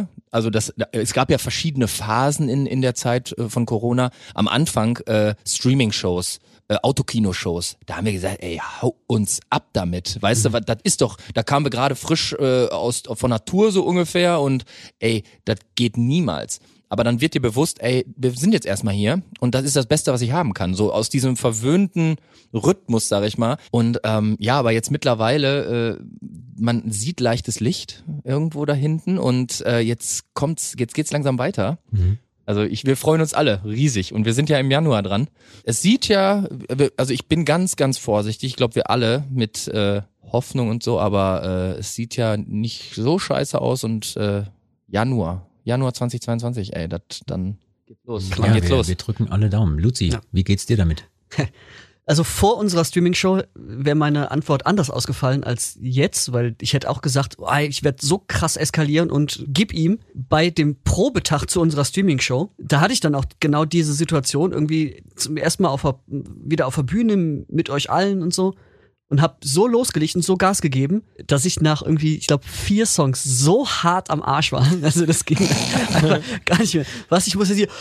es gab ja verschiedene Phasen in der Zeit von Corona. Am Anfang Streaming-Shows, Autokino-Shows. Da haben wir gesagt, ey, hau uns ab damit. Weißt du, das ist doch, da kamen wir gerade frisch von der Tour so ungefähr und ey, das geht niemals. Aber dann wird dir bewusst, ey, wir sind jetzt erstmal hier und das ist das Beste, was ich haben kann. So aus diesem verwöhnten Rhythmus, sag ich mal. Und aber jetzt mittlerweile, man sieht leichtes Licht irgendwo da hinten und jetzt geht's langsam weiter. Also wir freuen uns alle riesig und wir sind ja im Januar dran. Es sieht ja, also ich bin ganz, ganz vorsichtig. Ich glaube, wir alle mit Hoffnung und so, aber es sieht ja nicht so scheiße aus und Januar 2022, ey, dann geht's los. Wir drücken alle Daumen. Luzi, wie geht's dir damit? Also vor unserer Streaming-Show wäre meine Antwort anders ausgefallen als jetzt, weil ich hätte auch gesagt, ich werde so krass eskalieren und gib ihm. Bei dem Probetag zu unserer Streaming-Show, da hatte ich dann auch genau diese Situation irgendwie zum ersten Mal wieder auf der Bühne mit euch allen und so. Und hab so losgelegt und so Gas gegeben, dass ich nach irgendwie, ich glaube, 4 Songs so hart am Arsch war. Also das ging einfach gar nicht mehr. Ich musste hier,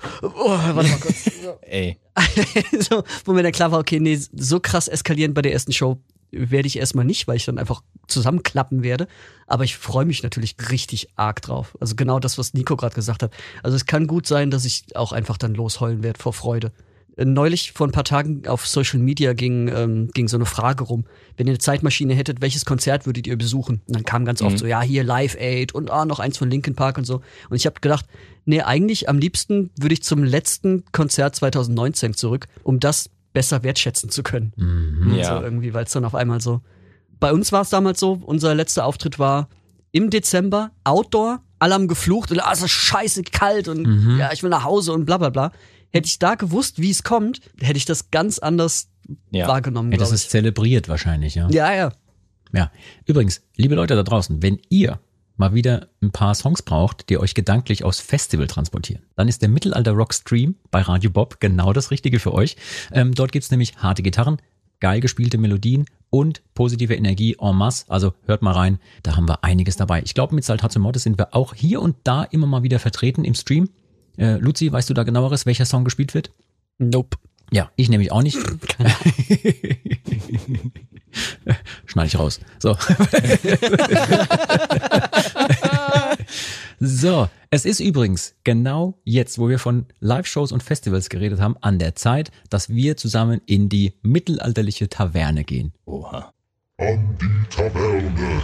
warte mal kurz. Ey. So, wo mir dann klar war, okay, nee, so krass eskalieren bei der ersten Show werde ich erstmal nicht, weil ich dann einfach zusammenklappen werde. Aber ich freue mich natürlich richtig arg drauf. Also genau das, was Nico gerade gesagt hat. Also es kann gut sein, dass ich auch einfach dann losheulen werde vor Freude. Neulich, vor ein paar Tagen auf Social Media ging so eine Frage rum. Wenn ihr eine Zeitmaschine hättet, welches Konzert würdet ihr besuchen? Und dann kam ganz oft so, ja, hier Live Aid und noch eins von Linkin Park und so. Und ich habe gedacht, nee, eigentlich am liebsten würde ich zum letzten Konzert 2019 zurück, um das besser wertschätzen zu können. Ja. So irgendwie, weil es dann auf einmal so. Bei uns war es damals so, unser letzter Auftritt war im Dezember, Outdoor, alle haben geflucht und es ist scheiße kalt und ja, ich will nach Hause und bla bla bla. Hätte ich da gewusst, wie es kommt, hätte ich das ganz anders wahrgenommen, glaube ich. Hättest es zelebriert wahrscheinlich, ja. Ja. Ja, übrigens, liebe Leute da draußen, wenn ihr mal wieder ein paar Songs braucht, die euch gedanklich aufs Festival transportieren, dann ist der Mittelalter Rock Stream bei Radio Bob genau das Richtige für euch. Dort gibt's nämlich harte Gitarren, geil gespielte Melodien und positive Energie en masse. Also hört mal rein, da haben wir einiges dabei. Ich glaube, mit Saltatio Mortis sind wir auch hier und da immer mal wieder vertreten im Stream. Luzi, weißt du da genaueres, welcher Song gespielt wird? Nope. Ja, ich nämlich auch nicht. Schneide ich raus. So. So, es ist übrigens genau jetzt, wo wir von Live-Shows und Festivals geredet haben, an der Zeit, dass wir zusammen in die mittelalterliche Taverne gehen. Oha. An die Taverne.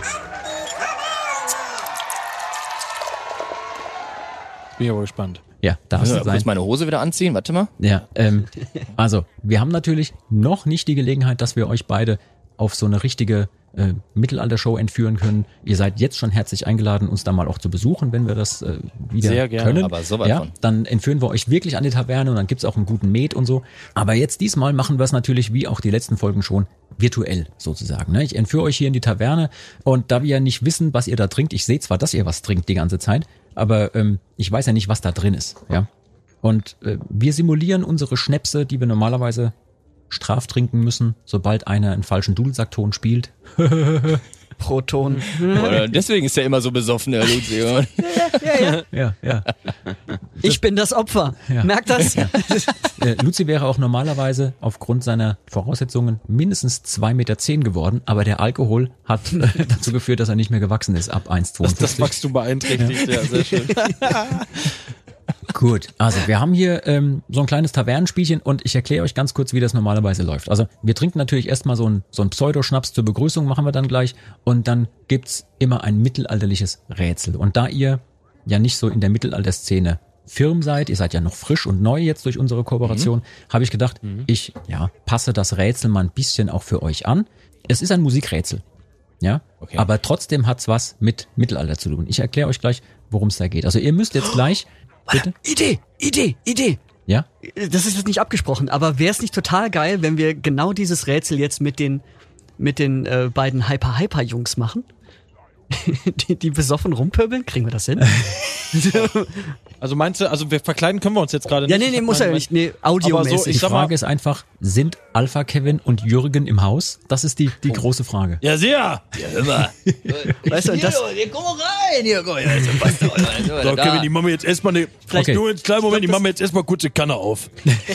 Bin aber gespannt. Ja, darfst du Ich muss meine Hose wieder anziehen, warte mal. Ja, also wir haben natürlich noch nicht die Gelegenheit, dass wir euch beide auf so eine richtige Mittelalter-Show entführen können. Ihr seid jetzt schon herzlich eingeladen, uns da mal auch zu besuchen, wenn wir das wieder Sehr gerne, können. aber sowas ja, von. dann entführen wir euch wirklich an die Taverne und dann gibt's auch einen guten Met und so. Aber jetzt diesmal machen wir es natürlich, wie auch die letzten Folgen schon, virtuell sozusagen. Ne? Ich entführe euch hier in die Taverne und da wir ja nicht wissen, was ihr da trinkt, ich sehe zwar, dass ihr was trinkt die ganze Zeit, aber ich weiß ja nicht, was da drin ist. Ja. Und wir simulieren unsere Schnäpse, die wir normalerweise straff trinken müssen, sobald einer einen falschen Dudelsackton spielt. Proton. Oder deswegen ist er immer so besoffen, der Luzi. Ja. Ich bin das Opfer. Ja. Merkt das? Luzi wäre auch normalerweise aufgrund seiner Voraussetzungen mindestens 2,10 Meter geworden, aber der Alkohol hat dazu geführt, dass er nicht mehr gewachsen ist ab 1,52. Das Wachstum beeinträchtigt, ja, sehr schön. Gut, also wir haben hier so ein kleines Tavernenspielchen und ich erkläre euch ganz kurz, wie das normalerweise läuft. Also wir trinken natürlich erstmal so ein Pseudoschnaps zur Begrüßung, machen wir dann gleich und dann gibt's immer ein mittelalterliches Rätsel. Und da ihr ja nicht so in der Mittelalterszene firm seid, ihr seid ja noch frisch und neu jetzt durch unsere Kooperation, habe ich gedacht, ich passe das Rätsel mal ein bisschen auch für euch an. Es ist ein Musikrätsel. Ja, Okay. aber trotzdem hat's was mit Mittelalter zu tun. Ich erkläre euch gleich, worum es da geht. Also ihr müsst jetzt gleich, bitte, Idee. ja, Das ist jetzt nicht abgesprochen, aber wäre es nicht total geil, wenn wir genau dieses Rätsel jetzt mit den beiden Hyper-Jungs machen? die besoffen rumpöbeln? Kriegen wir das hin? Also meinst du, also wir verkleiden können wir uns jetzt gerade nicht? Ja, nee, muss ja nicht. Nee, audiomäßig. Aber so, die ich sag mal, Frage ist einfach, sind Alpha Kevin und Jürgen im Haus? Das ist die große Frage. ja, sehr. Ja, hör mal. Weißt du, und das- Hier, komm rein. Hier, komm, jetzt passt doch. So, Kevin, die machen wir jetzt erstmal eine, vielleicht Okay. nur einen kleinen Moment, die machen wir jetzt erstmal kurz eine Kanne auf.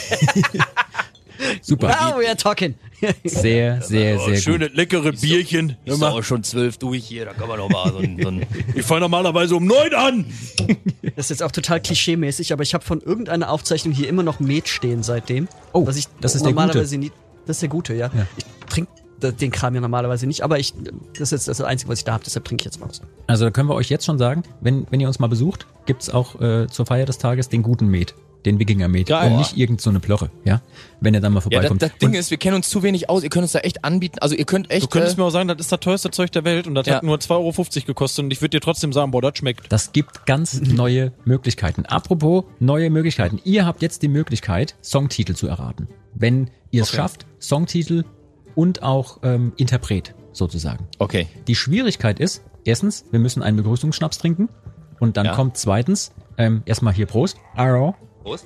Super. Now we are talking. Sehr, sehr, sehr Schöne, gut. leckere Bierchen. Hör Ist mal, doch auch schon 12 durch hier, da kann man doch mal so ein ich fange normalerweise um 9 an. Das ist jetzt auch total klischee-mäßig, aber ich habe von irgendeiner Aufzeichnung hier immer noch Met stehen seitdem. Oh, was ich das ist der normalerweise nie. Das ist der Gute, ja. Ich trinke den Kram ja normalerweise nicht, aber das ist jetzt das Einzige, was ich da habe, deshalb trinke ich jetzt mal was. Also da können wir euch jetzt schon sagen, wenn ihr uns mal besucht, gibt's auch zur Feier des Tages den guten Met. Den Wikinger-Met Geil. und nicht irgend so eine Plörre, ja? Wenn ihr dann mal Ja, vorbeikommt. das Ding ist, wir kennen uns zu wenig aus. Ihr könnt uns da echt anbieten. Also ihr könnt echt. Du könntest mir auch sagen, das ist das teuerste Zeug der Welt und das Ja. hat nur 2,50 € gekostet und ich würde dir trotzdem sagen, boah, das schmeckt. Das gibt ganz neue Möglichkeiten. Apropos neue Möglichkeiten. Ihr habt jetzt die Möglichkeit, Songtitel zu erraten. Wenn ihr es schafft, Songtitel und auch Interpret sozusagen. Okay. Die Schwierigkeit ist, erstens, wir müssen einen Begrüßungsschnaps trinken und dann Ja. kommt zweitens, erstmal hier Prost. Arrow. Prost.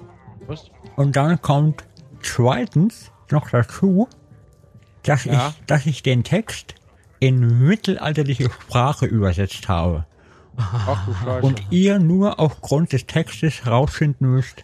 Und dann kommt zweitens noch dazu, dass, ich den Text in mittelalterliche Sprache übersetzt habe. Ach du Scheiße. Und ihr nur aufgrund des Textes rausfinden müsst,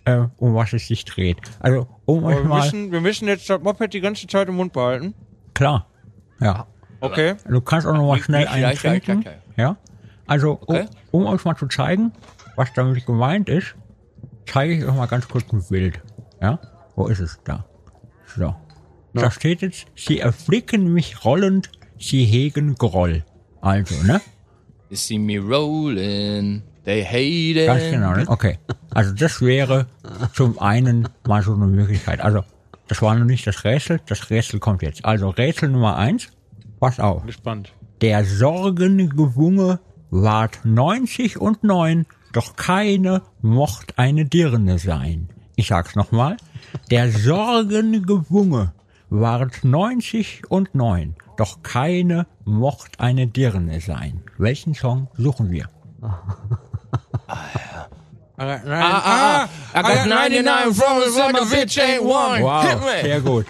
um was es sich dreht. Also, um euch mal... wir müssen jetzt das Moped die ganze Zeit im Mund behalten. Klar. Ja. Okay. Du kannst auch noch mal schnell nicht einen leicht, trinken. klar. Ja. Also, Okay. um euch mal zu zeigen, was damit gemeint ist, zeige ich euch mal ganz kurz ein Bild. Ja? Wo ist es? Da. So. Da steht jetzt, sie erblicken mich rollend, sie hegen Groll. Also, ne? You see me rolling, they hate it. Ganz genau, ne? Okay. Also das wäre zum einen mal so eine Möglichkeit. Also, das war noch nicht das Rätsel kommt jetzt. Also Rätsel Nummer 1, pass auf. Gespannt. Der Sorgengewunge ward 90 und 9, doch keine mocht eine Dirne sein. Ich sag's nochmal. Der Sorgengewunge ward 90 und 9, doch keine mocht eine Dirne sein. Welchen Song suchen wir? I got 99 problems and a bitch ain't one. Hit me. Sehr gut.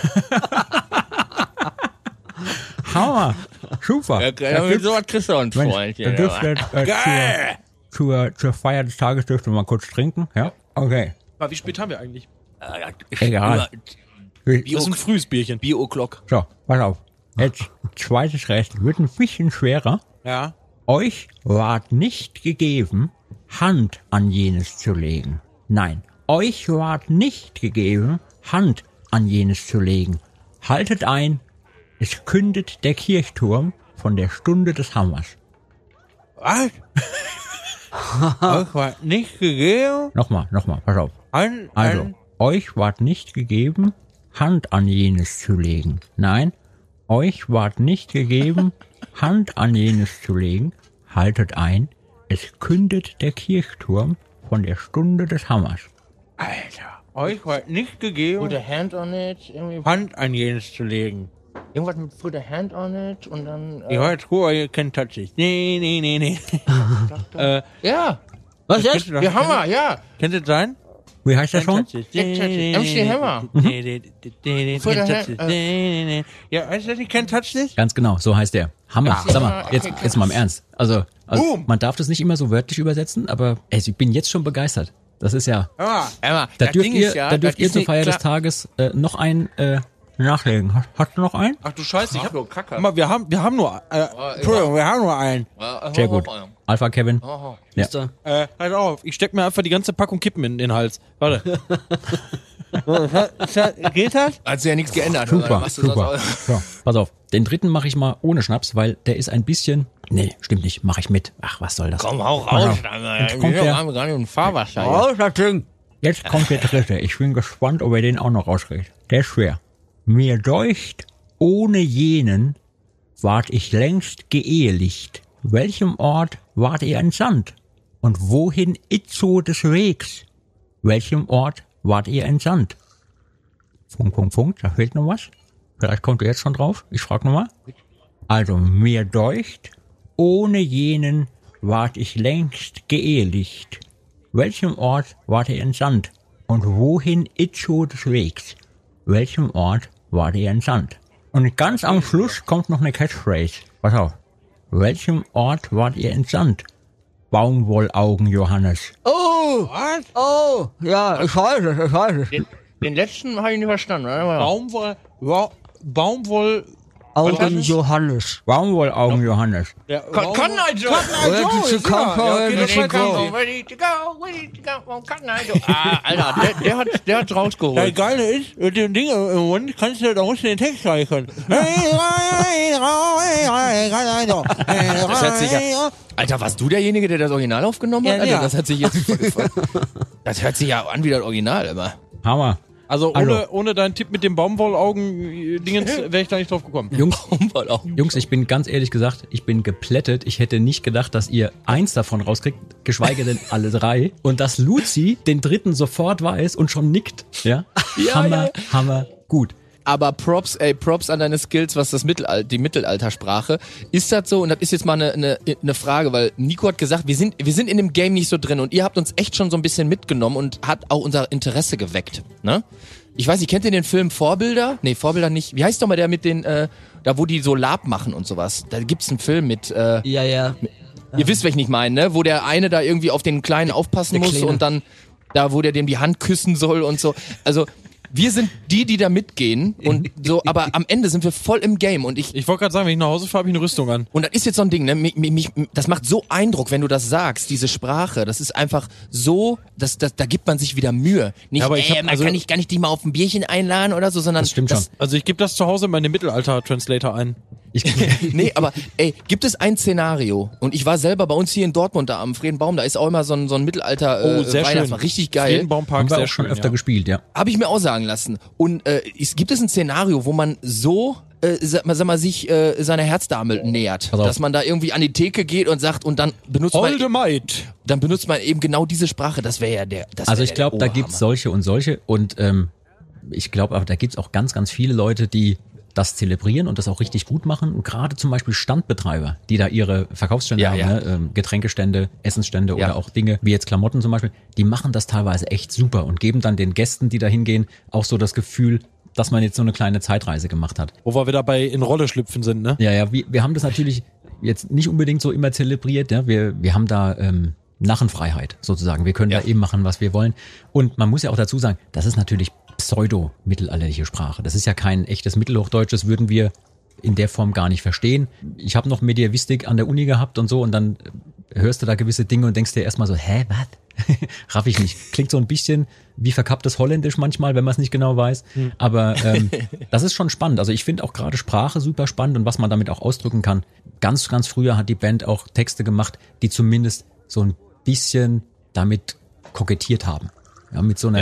Hammer. Super. Ja, so hat Chris auch einen Mensch, Freund. da dürft ihr, Geil. zur Feier des Tages dürft ihr mal kurz trinken. Ja? Okay. Aber wie spät haben wir eigentlich? Egal. Das ist ein frühes Bierchen. Bio-Clock. So, pass auf. Jetzt zweites Rätsel. Wird ein bisschen schwerer. Ja. Euch ward nicht gegeben, Hand an jenes zu legen. Nein, euch ward nicht gegeben, Hand an jenes zu legen. Haltet ein, es kündet der Kirchturm von der Stunde des Hammers. Was? Euch war nicht gegeben? Nochmal, pass auf. Also, euch ward nicht gegeben, Hand an jenes zu legen. Nein, Euch ward nicht gegeben, Hand an jenes zu legen. Haltet ein, es kündet der Kirchturm von der Stunde des Hammers. Alter, euch war nicht gegeben, Put a hand on it, irgendwie. Hand an jenes zu legen. Irgendwas mit put a hand on it und dann. Ich hört Ruhe, ihr kennt touch it. Nee. Ja, Was jetzt? der Hammer, ja. Könnte es sein? Wie heißt der Song? MC Hammer. Ja, weißt du, ich kenn touch it? Ganz genau, so heißt der. Hammer. Sag mal, jetzt mal im Ernst. Also man darf das nicht immer so wörtlich übersetzen, aber ich bin jetzt schon begeistert. Das ist ja. Emma, Da das dürft Ding ihr, ist ja, da dürft das ihr ist zur nicht Feier des klar- Tages noch einen nachlegen. Hast du noch einen? Ach du Scheiße, ich hab du Kacke. Guck mal, wir haben nur, Entschuldigung, wir haben nur einen. Sehr gut. Alpha Kevin. Ja. Halt auf, ich steck mir einfach die ganze Packung Kippen in den Hals. Warte. Geht das? Hat sich ja nichts geändert. Super, Was du sonst super. auch- So, pass auf. Den dritten mache ich mal ohne Schnaps, weil der ist ein bisschen. Nee, stimmt nicht. Mache ich mit. Ach, was soll das? Komm, hau Pass raus. auf. Jetzt kommt Wir der- haben gar nicht ein Fahrwasser. Oh, das Ding. Jetzt kommt der dritte. Ich bin gespannt, ob er den auch noch rauskriegt. Der ist schwer. Mir deucht, ohne jenen ward ich längst geehelicht. Welchem Ort ward ihr entsandt? Und wohin itzo des Wegs? Welchem Ort ward ihr entsandt? Punkt, da fehlt noch was. Vielleicht kommt ihr jetzt schon drauf. Ich frage nochmal. Also, mir deucht, ohne jenen ward ich längst geehelicht. Welchem Ort wart ihr entsandt? Und wohin itzo des Wegs? Welchem Ort wart ihr entsandt? Und ganz am Schluss kommt noch eine Catchphrase. Pass auf. Welchem Ort wart ihr entsandt? Baumwollaugen Johannes. Oh, Was? oh, ja, ich weiß es. Den letzten habe ich nicht verstanden. Baumwoll. Augen Johannes. Baumwollaugen Johannes. Cotton Eye Joe. Where did you come from? okay, das war Go. Ready to go, ready to go, Cotton Eye Joe. Alter, der hat's Das rausgeholt. Geile ist, mit dem Ding im Mund kannst du da unten den Text streichen. Das hat sich ja, Alter, warst du derjenige, der das Original aufgenommen hat? Ja, Alter, ja. das hat sich jetzt das hört sich ja an wie das Original immer. Hammer. Also Hallo. ohne deinen Tipp mit dem Baumwollaugen-Dingens wäre ich da nicht drauf gekommen. Jungs, ich bin ganz ehrlich gesagt, ich bin geplättet. Ich hätte nicht gedacht, dass ihr eins davon rauskriegt, geschweige denn alle drei. Und dass Luzi den dritten sofort weiß und schon nickt. Ja? Hammer, gut. Aber Props an deine Skills, was das die Mittelaltersprache. Ist das so? Und das ist jetzt mal eine Frage, weil Nico hat gesagt, wir sind in dem Game nicht so drin und ihr habt uns echt schon so ein bisschen mitgenommen und hat auch unser Interesse geweckt, ne? Ich weiß nicht, kennt ihr den Film Vorbilder? Nee, Vorbilder nicht. Wie heißt doch mal der mit den, da wo die so Lab machen und sowas? Da gibt's einen Film mit, Ja. ihr wisst, welchen ich meine, ne? Wo der eine da irgendwie auf den Kleinen aufpassen muss Kleine. und dann, da wo der dem die Hand küssen soll und so. Also, wir sind die da mitgehen und so, aber am Ende sind wir voll im Game und Ich wollte gerade sagen, wenn ich nach Hause fahre, habe ich eine Rüstung an. und das ist jetzt so ein Ding, ne? Das macht so Eindruck, wenn du das sagst, diese Sprache. Das ist einfach so, da gibt man sich wieder Mühe. Nicht, Ja, aber ich hab- also- kann ich dich mal auf ein Bierchen einladen oder so, sondern Das stimmt schon. Also ich gebe das zu Hause in meine Mittelalter-Translator ein. Nee, aber gibt es ein Szenario? Und ich war selber bei uns hier in Dortmund da am Friedenbaum, da ist auch immer so ein Mittelalter Sehr schön. Weihnachtsmarkt, richtig geil. Friedenbaumpark, Haben wir sehr auch schon schön, öfter ja. gespielt, ja. Habe ich mir auch sagen lassen. Und gibt es ein Szenario, wo man so sag mal, sich seiner Herzdame nähert, Pass auf. dass man da irgendwie an die Theke geht und sagt und dann benutzt Holde Maid. man eben genau diese Sprache. Das wäre ja der. Das Also wär ich glaube, da der gibt's Oberhammer. solche und solche und ich glaube aber, da gibt's auch ganz, ganz viele Leute, die das zelebrieren und das auch richtig gut machen und gerade zum Beispiel Standbetreiber, die da ihre Verkaufsstände Ja, haben, ja. Ne? Getränkestände, Essensstände Ja. oder auch Dinge wie jetzt Klamotten zum Beispiel, die machen das teilweise echt super und geben dann den Gästen, die da hingehen, auch so das Gefühl, dass man jetzt so eine kleine Zeitreise gemacht hat. Wo wir wieder bei in Rolle schlüpfen sind, ne? Ja, wir haben das natürlich jetzt nicht unbedingt so immer zelebriert. Ja? Wir haben da Narrenfreiheit sozusagen. Wir können da eben machen, was wir wollen. Und man muss ja auch dazu sagen, das ist natürlich pseudo-mittelalterliche Sprache. Das ist ja kein echtes Mittelhochdeutsch. Das würden wir in der Form gar nicht verstehen. Ich habe noch Mediavistik an der Uni gehabt und so und dann hörst du da gewisse Dinge und denkst dir erstmal so, hä, was? Raff ich nicht. Klingt so ein bisschen wie verkapptes Holländisch manchmal, wenn man es nicht genau weiß. Aber das ist schon spannend. Also ich finde auch gerade Sprache super spannend und was man damit auch ausdrücken kann. Ganz, ganz früher hat die Band auch Texte gemacht, die zumindest so ein bisschen damit kokettiert haben. Ja, mit so einer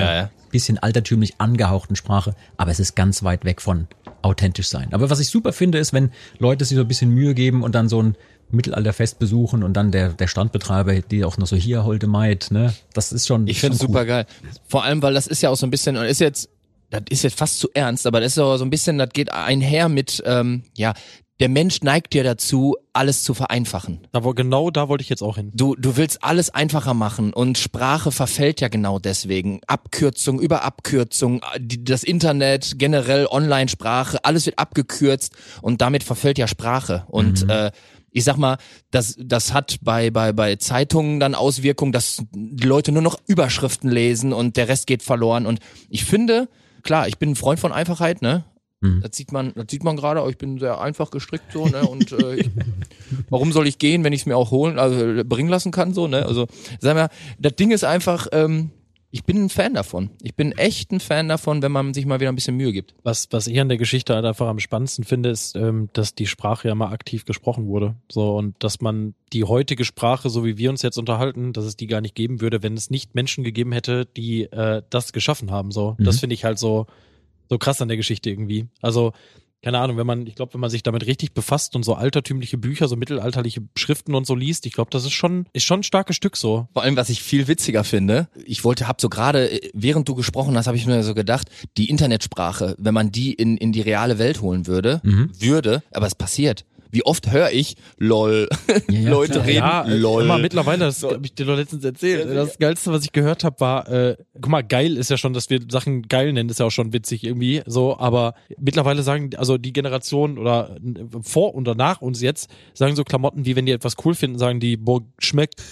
bisschen altertümlich angehauchten Sprache, aber es ist ganz weit weg von authentisch sein. Aber was ich super finde, ist, wenn Leute sich so ein bisschen Mühe geben und dann so ein Mittelalterfest besuchen und dann der Standbetreiber, die auch noch so hier Holte Maid, ne? Das ist schon. Ich finde es super geil. Vor allem, weil das ist ja auch so ein bisschen, das ist jetzt fast zu ernst, aber das ist auch so ein bisschen, das geht einher mit, der Mensch neigt dir dazu, alles zu vereinfachen. Genau da wollte ich jetzt auch hin. Du willst alles einfacher machen und Sprache verfällt ja genau deswegen. Abkürzung über Abkürzung, das Internet, generell Online-Sprache, alles wird abgekürzt und damit verfällt ja Sprache. Und ich sag mal, das hat bei Zeitungen dann Auswirkungen, dass die Leute nur noch Überschriften lesen und der Rest geht verloren. Und ich finde, klar, ich bin ein Freund von Einfachheit, ne? Das sieht man gerade, ich bin sehr einfach gestrickt so, ne? Und warum soll ich gehen, wenn ich es mir auch bringen lassen kann, so, ne? Also, sag mal, das Ding ist einfach, ich bin ein Fan davon. Ich bin echt ein Fan davon, wenn man sich mal wieder ein bisschen Mühe gibt. Was ich an der Geschichte halt einfach am spannendsten finde, ist, dass die Sprache ja mal aktiv gesprochen wurde. So, und dass man die heutige Sprache, so wie wir uns jetzt unterhalten, dass es die gar nicht geben würde, wenn es nicht Menschen gegeben hätte, die das geschaffen haben. So, das finde ich halt so krass an der Geschichte irgendwie. Also, keine Ahnung, wenn man sich damit richtig befasst und so altertümliche Bücher, so mittelalterliche Schriften und so liest, ich glaube, das ist schon ein starkes Stück so. Vor allem, was ich viel witziger finde, hab so gerade, während du gesprochen hast, habe ich mir so gedacht, die Internetsprache, wenn man die in die reale Welt holen würde, aber es passiert. Wie oft höre ich LOL, Leute reden LOL. Immer mittlerweile, das habe ich dir doch letztens erzählt. Das Geilste, was ich gehört habe, war, guck mal, geil ist ja schon, dass wir Sachen geil nennen, ist ja auch schon witzig irgendwie, so, aber mittlerweile sagen, also die Generation oder vor und nach uns jetzt, sagen so Klamotten, wie wenn die etwas cool finden, sagen die, boah, schmeckt.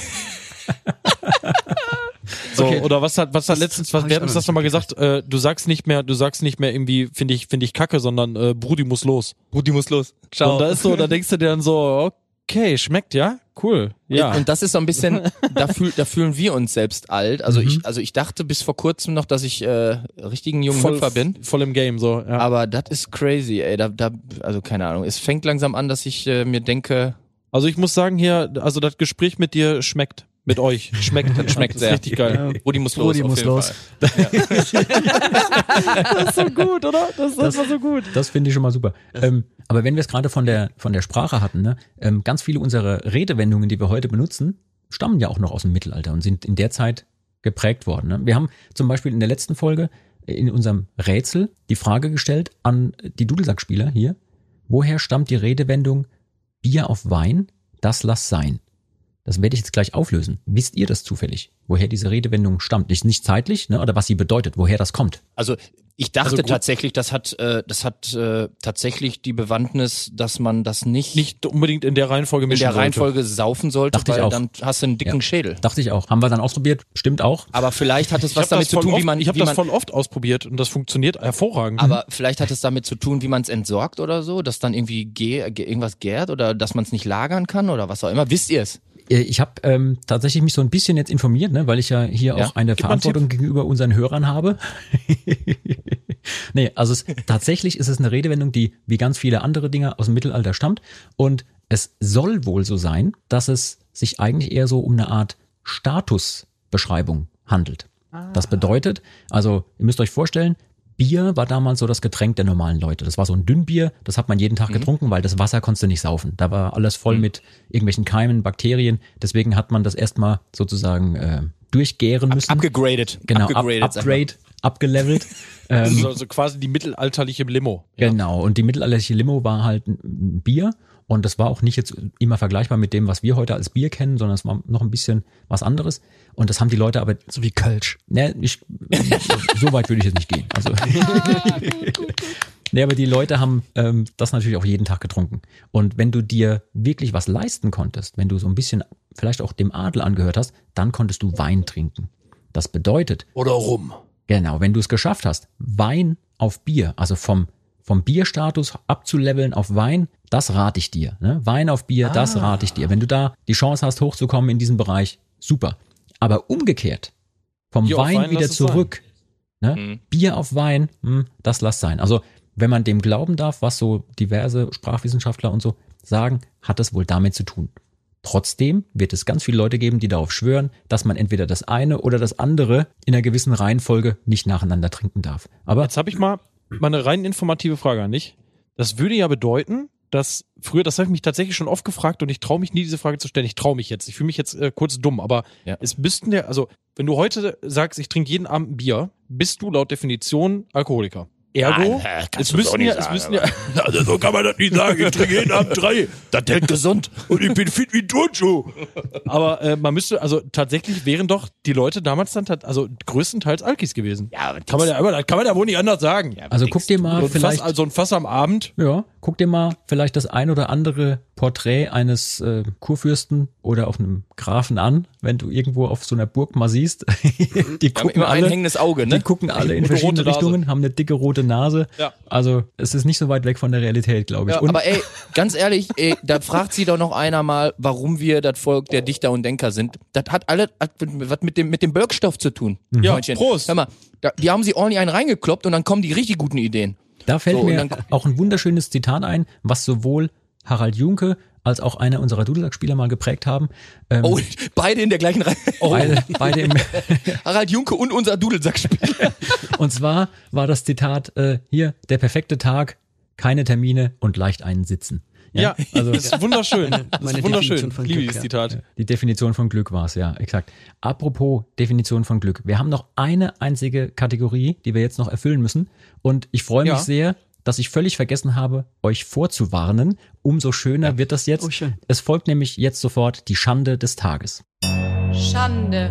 So, okay. Oder was hat letztens, wer hat uns das nochmal gesagt? Du sagst nicht mehr irgendwie, finde ich kacke, sondern Brudi muss los. Brudi muss los. Ciao. Und da ist so, da denkst du dir dann so, okay, schmeckt, ja, cool. Ja. Und das ist so ein bisschen, da fühlen wir uns selbst alt. Also ich dachte bis vor kurzem noch, dass ich richtigen jungen Hüpfer bin. Voll im Game, so, ja. Aber das ist crazy, ey. Also keine Ahnung. Es fängt langsam an, dass ich mir denke. Also ich muss sagen hier, also das Gespräch mit dir schmeckt. Mit euch. Schmeckt sehr. Richtig geil. Ja. Rudi muss los. Ja. Das ist so gut, oder? Das war so gut. Das finde ich schon mal super. Aber wenn wir es gerade von der Sprache hatten, ne, ganz viele unserer Redewendungen, die wir heute benutzen, stammen ja auch noch aus dem Mittelalter und sind in der Zeit geprägt worden. Ne? Wir haben zum Beispiel in der letzten Folge in unserem Rätsel die Frage gestellt an die Dudelsackspieler hier, woher stammt die Redewendung Bier auf Wein, das lass sein? Das werde ich jetzt gleich auflösen. Wisst ihr das zufällig, woher diese Redewendung stammt? Nicht zeitlich, ne, oder was sie bedeutet, woher das kommt? Also ich dachte tatsächlich, das hat tatsächlich die Bewandtnis, dass man das nicht unbedingt in der Reihenfolge mischen sollte. Reihenfolge saufen sollte, dachte weil dann hast du einen dicken Schädel. Dachte ich auch. Haben wir dann ausprobiert? Stimmt auch. Aber vielleicht hat es was damit zu tun, Ich habe das voll oft ausprobiert und das funktioniert hervorragend. Aber vielleicht hat es damit zu tun, wie man es entsorgt oder so, dass dann irgendwie irgendwas gärt oder dass man es nicht lagern kann oder was auch immer. Wisst ihr es? Ich habe tatsächlich mich so ein bisschen jetzt informiert, ne, weil ich ja hier auch eine Verantwortung gegenüber unseren Hörern habe. Nee, also tatsächlich ist es eine Redewendung, die wie ganz viele andere Dinge aus dem Mittelalter stammt. Und es soll wohl so sein, dass es sich eigentlich eher so um eine Art Statusbeschreibung handelt. Das bedeutet, also ihr müsst euch vorstellen, Bier war damals so das Getränk der normalen Leute. Das war so ein Dünnbier, das hat man jeden Tag getrunken, weil das Wasser konntest du nicht saufen. Da war alles voll mit irgendwelchen Keimen, Bakterien. Deswegen hat man das erstmal sozusagen durchgären müssen. Abgegradet. Genau, abgelevelt. Also quasi die mittelalterliche Limo. Ja. Genau, und die mittelalterliche Limo war halt ein Bier. Und das war auch nicht jetzt immer vergleichbar mit dem, was wir heute als Bier kennen, sondern es war noch ein bisschen was anderes. Und das haben die Leute aber... So wie Kölsch. Ne, so weit würde ich jetzt nicht gehen. Also, ne, aber die Leute haben das natürlich auch jeden Tag getrunken. Und wenn du dir wirklich was leisten konntest, wenn du so ein bisschen vielleicht auch dem Adel angehört hast, dann konntest du Wein trinken. Das bedeutet... Oder Rum. Genau, wenn du es geschafft hast, Wein auf Bier, also vom Bierstatus abzuleveln auf Wein, das rate ich dir. Ne? Wein auf Bier, das rate ich dir. Wenn du da die Chance hast, hochzukommen in diesem Bereich, super. Aber umgekehrt, vom Wein wieder zurück, ne? Bier auf Wein, das lass sein. Also wenn man dem glauben darf, was so diverse Sprachwissenschaftler und so sagen, hat das wohl damit zu tun. Trotzdem wird es ganz viele Leute geben, die darauf schwören, dass man entweder das eine oder das andere in einer gewissen Reihenfolge nicht nacheinander trinken darf. Aber Jetzt habe ich mal eine rein informative Frage an dich. Das würde ja bedeuten, dass früher, das habe ich mich tatsächlich schon oft gefragt und ich traue mich nie, diese Frage zu stellen. Ich traue mich jetzt. Ich fühle mich jetzt kurz dumm, aber es müssten ja, also wenn du heute sagst, ich trinke jeden Abend ein Bier, bist du laut Definition Alkoholiker. Ergo, es müssten ja, Also so kann man das nicht sagen. Ich trinke jeden Abend 3. Das hält gesund. Und ich bin fit wie ein Turnschuh. aber man müsste, also tatsächlich wären doch die Leute damals dann, also größtenteils Alkis gewesen. Ja, Das kann man ja wohl nicht anders sagen. also guck dir mal vielleicht, So ein Fass am Abend. ja, guck dir mal vielleicht das ein oder andere Porträt eines Kurfürsten oder auf einem Grafen an, wenn du irgendwo auf so einer Burg mal siehst. Die Wir haben immer ein hängendes Auge, ne? Die gucken alle in Und eine verschiedene rote Nase. Richtungen, haben eine dicke rote Nase. Ja. Also es ist nicht so weit weg von der Realität, glaube ich. Ja, Und Aber ey, ganz ehrlich, da fragt sie doch noch einer mal, warum wir das Volk der Dichter und Denker sind. Das hat was mit dem Birkstoff zu tun. Ja, Freundchen. Prost. Hör mal, die haben sie ordentlich einen reingekloppt und dann kommen die richtig guten Ideen. da fällt So, und mir dann- auch ein wunderschönes Zitat ein, was sowohl Harald Junke als auch einer unserer Dudelsack-Spieler mal geprägt haben. Oh, beide in der gleichen Reihe. Beide im Harald Junke und unser Dudelsackspieler. Und zwar war das Zitat hier, der perfekte Tag, keine Termine und leicht einen sitzen. Ja, also das ist wunderschön. Das Meine ist wunderschön. Definition von Liebe Glück, dieses ja. Zitat. die Definition von Glück war es, ja, exakt. Apropos Definition von Glück. Wir haben noch eine einzige Kategorie, die wir jetzt noch erfüllen müssen. Und ich freue mich Ja. sehr, dass ich völlig vergessen habe, euch vorzuwarnen. Umso schöner wird das jetzt. Oh, schön. Es folgt nämlich jetzt sofort die Schande des Tages. Schande.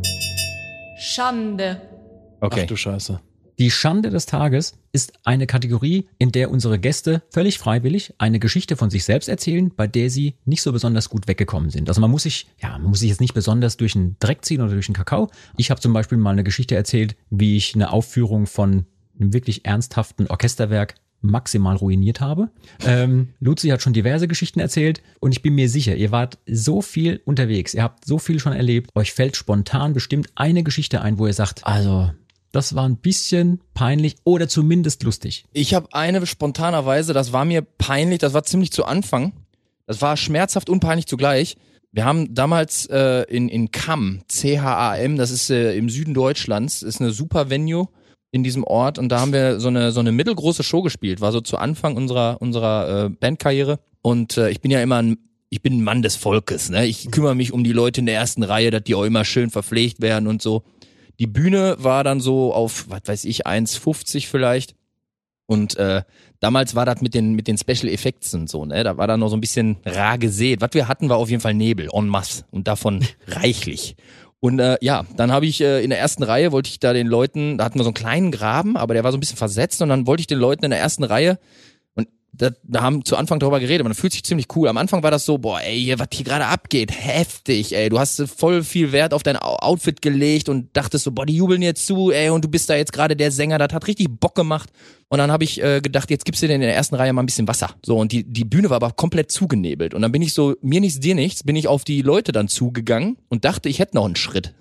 Schande. Okay. Ach du Scheiße. Die Schande des Tages ist eine Kategorie, in der unsere Gäste völlig freiwillig eine Geschichte von sich selbst erzählen, bei der sie nicht so besonders gut weggekommen sind. Also man muss sich jetzt nicht besonders durch den Dreck ziehen oder durch den Kakao. Ich habe zum Beispiel mal eine Geschichte erzählt, wie ich eine Aufführung von einem wirklich ernsthaften Orchesterwerk maximal ruiniert habe. Luzi hat schon diverse Geschichten erzählt und ich bin mir sicher, ihr wart so viel unterwegs, ihr habt so viel schon erlebt, euch fällt spontan bestimmt eine Geschichte ein, wo ihr sagt, also das war ein bisschen peinlich oder zumindest lustig. Ich habe eine spontanerweise, das war mir peinlich, das war ziemlich zu Anfang. Das war schmerzhaft und peinlich zugleich. Wir haben damals in Cham, C-H-A-M, das ist im Süden Deutschlands, ist eine super Venue in diesem Ort und da haben wir so eine mittelgroße Show gespielt, war so zu Anfang unserer Bandkarriere und ich bin ja immer ich bin ein Mann des Volkes, ne? Ich kümmere mich um die Leute in der ersten Reihe, dass die auch immer schön verpflegt werden und so. Die Bühne war dann so auf, was weiß ich, 1,50 vielleicht. Und damals war das mit den Special Effects und so, ne? Da war dann noch so ein bisschen rar gesät. Was wir hatten, war auf jeden Fall Nebel, en masse. Und davon reichlich. Und dann habe ich in der ersten Reihe, wollte ich da den Leuten, da hatten wir so einen kleinen Graben, aber der war so ein bisschen versetzt. Und dann wollte ich den Leuten in der ersten Reihe, und da haben zu Anfang darüber geredet, man fühlt sich ziemlich cool. Am Anfang war das so, boah, ey, hier, was hier gerade abgeht, heftig, ey. Du hast voll viel Wert auf dein Outfit gelegt und dachtest so, boah, die jubeln jetzt zu, ey, und du bist da jetzt gerade der Sänger, das hat richtig Bock gemacht. Und dann habe ich gedacht, jetzt gibst du dir in der ersten Reihe mal ein bisschen Wasser. So, und die Bühne war aber komplett zugenebelt. Und dann bin ich so, mir nichts, dir nichts, bin ich auf die Leute dann zugegangen und dachte, ich hätte noch einen Schritt.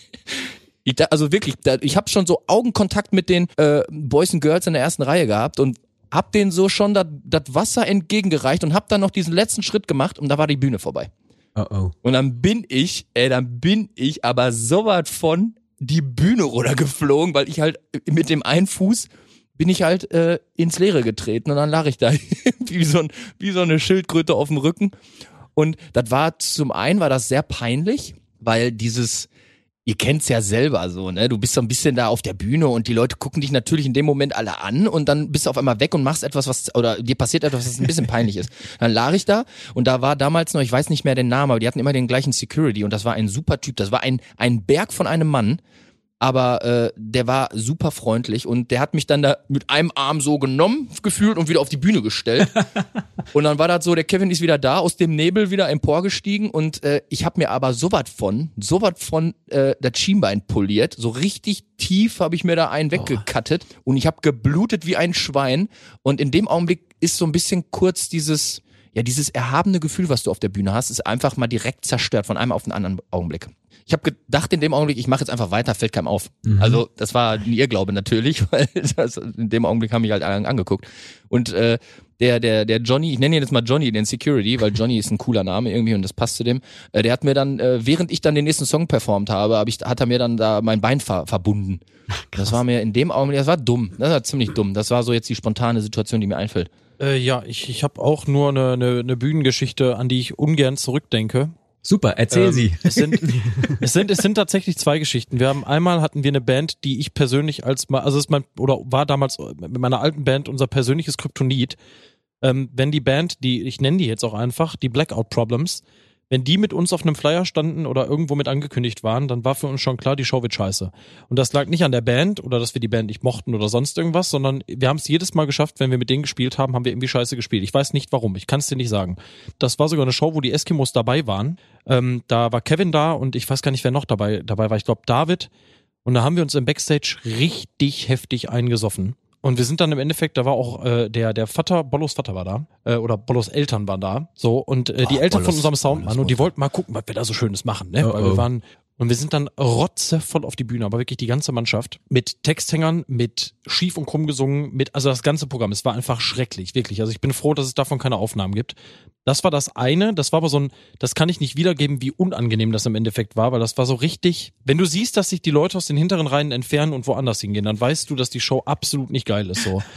Also wirklich, ich habe schon so Augenkontakt mit den Boys and Girls in der ersten Reihe gehabt und hab denen so schon das Wasser entgegengereicht und hab dann noch diesen letzten Schritt gemacht und da war die Bühne vorbei. Oh oh. Und dann bin ich aber so was von die Bühne runtergeflogen, weil ich halt mit dem einen Fuß bin ich halt ins Leere getreten und dann lag ich da wie so eine Schildkröte auf dem Rücken. Und das war zum einen war das sehr peinlich, weil ihr kennt's ja selber so, ne? Du bist so ein bisschen da auf der Bühne und die Leute gucken dich natürlich in dem Moment alle an und dann bist du auf einmal weg und machst etwas, oder dir passiert etwas, was ein bisschen peinlich ist. Dann lag ich da und da war damals noch, ich weiß nicht mehr den Namen, aber die hatten immer den gleichen Security und das war ein super Typ. Das war ein Berg von einem Mann, aber der war super freundlich und der hat mich dann da mit einem Arm so genommen, gefühlt und wieder auf die Bühne gestellt. Und dann war das so, der Kevin ist wieder da, aus dem Nebel wieder emporgestiegen und ich habe mir aber sowas von das Schienbein poliert, so richtig tief habe ich mir da einen weggekattet und ich habe geblutet wie ein Schwein und in dem Augenblick ist so ein bisschen kurz dieses erhabene Gefühl, was du auf der Bühne hast, ist einfach mal direkt zerstört von einem auf den anderen Augenblick. Ich habe gedacht in dem Augenblick, ich mache jetzt einfach weiter, fällt keinem auf. Also das war ein Irrglaube natürlich, weil in dem Augenblick haben mich halt alle angeguckt. Und der Johnny, ich nenne ihn jetzt mal Johnny, den Security, weil Johnny ist ein cooler Name irgendwie und das passt zu dem. Der hat mir dann, während ich dann den nächsten Song performt habe, hat er mir dann da mein Bein verbunden. Das war mir in dem Augenblick, das war dumm. Das war ziemlich dumm. Das war so jetzt die spontane Situation, die mir einfällt. Ich habe auch nur eine Bühnengeschichte, an die ich ungern zurückdenke. Super, erzähl sie. Es sind tatsächlich 2 Geschichten. Hatten wir eine Band, die ich persönlich war damals mit meiner alten Band unser persönliches Kryptonit. Wenn die Band, ich nenne die jetzt auch einfach, die Blackout Problems, wenn die mit uns auf einem Flyer standen oder irgendwo mit angekündigt waren, dann war für uns schon klar, die Show wird scheiße. Und das lag nicht an der Band oder dass wir die Band nicht mochten oder sonst irgendwas, sondern wir haben es jedes Mal geschafft, wenn wir mit denen gespielt haben, haben wir irgendwie scheiße gespielt. Ich weiß nicht warum, ich kann es dir nicht sagen. Das war sogar eine Show, wo die Eskimos dabei waren. Da war Kevin da und ich weiß gar nicht, wer noch dabei war. Ich glaube David. Und da haben wir uns im Backstage richtig heftig eingesoffen. Und wir sind dann im Endeffekt, da war auch der Vater, Bollos Vater war da, oder Bollos Eltern waren da. So, und die Eltern von unserem Soundmann, und die wollten mal gucken, was wir da so Schönes machen, ne? Weil wir sind dann rotzevoll auf die Bühne, aber wirklich die ganze Mannschaft, mit Texthängern, mit schief und krumm gesungen, also das ganze Programm. Es war einfach schrecklich, wirklich. Also ich bin froh, dass es davon keine Aufnahmen gibt. Das war das eine, das war aber das kann ich nicht wiedergeben, wie unangenehm das im Endeffekt war, weil das war so richtig, wenn du siehst, dass sich die Leute aus den hinteren Reihen entfernen und woanders hingehen, dann weißt du, dass die Show absolut nicht geil ist, so.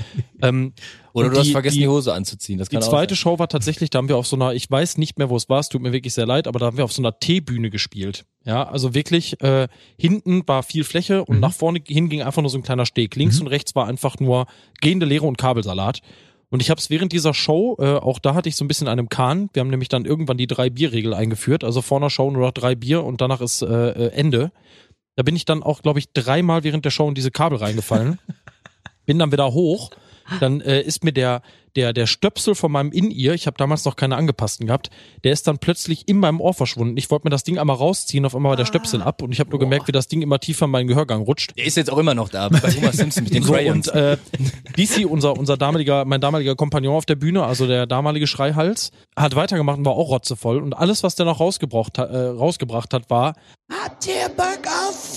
Oder du hast vergessen, die Hose anzuziehen. Das kann die zweite Show war tatsächlich, da haben wir auf so einer, ich weiß nicht mehr, wo es war, es tut mir wirklich sehr leid, aber da haben wir auf so einer T-Bühne gespielt. Ja, also wirklich, hinten war viel Fläche und nach vorne hin ging einfach nur so ein kleiner Steg. Links und rechts war einfach nur gehende Leere und Kabelsalat. Und ich habe es während dieser Show, auch da hatte ich so ein bisschen einen Kahn. Wir haben nämlich dann irgendwann die 3-Bier-Regel eingeführt. Also vor einer Show nur noch 3 Bier und danach ist Ende. Da bin ich dann auch, glaube ich, 3-mal während der Show in diese Kabel reingefallen. Bin dann wieder hoch. Dann ist mir der Stöpsel von meinem In-Ear, ich habe damals noch keine angepassten gehabt, der ist dann plötzlich in meinem Ohr verschwunden. Ich wollte mir das Ding einmal rausziehen, auf einmal war der Stöpsel ab und ich habe nur gemerkt, wie das Ding immer tiefer in meinen Gehörgang rutscht. Der ist jetzt auch immer noch da, bei Homer Simpson mit den Crayons. Und DC, mein damaliger Kompagnon auf der Bühne, also der damalige Schreihals, hat weitergemacht und war auch rotzevoll. Und alles, was der noch rausgebracht hat, war: Habt ihr Bock auf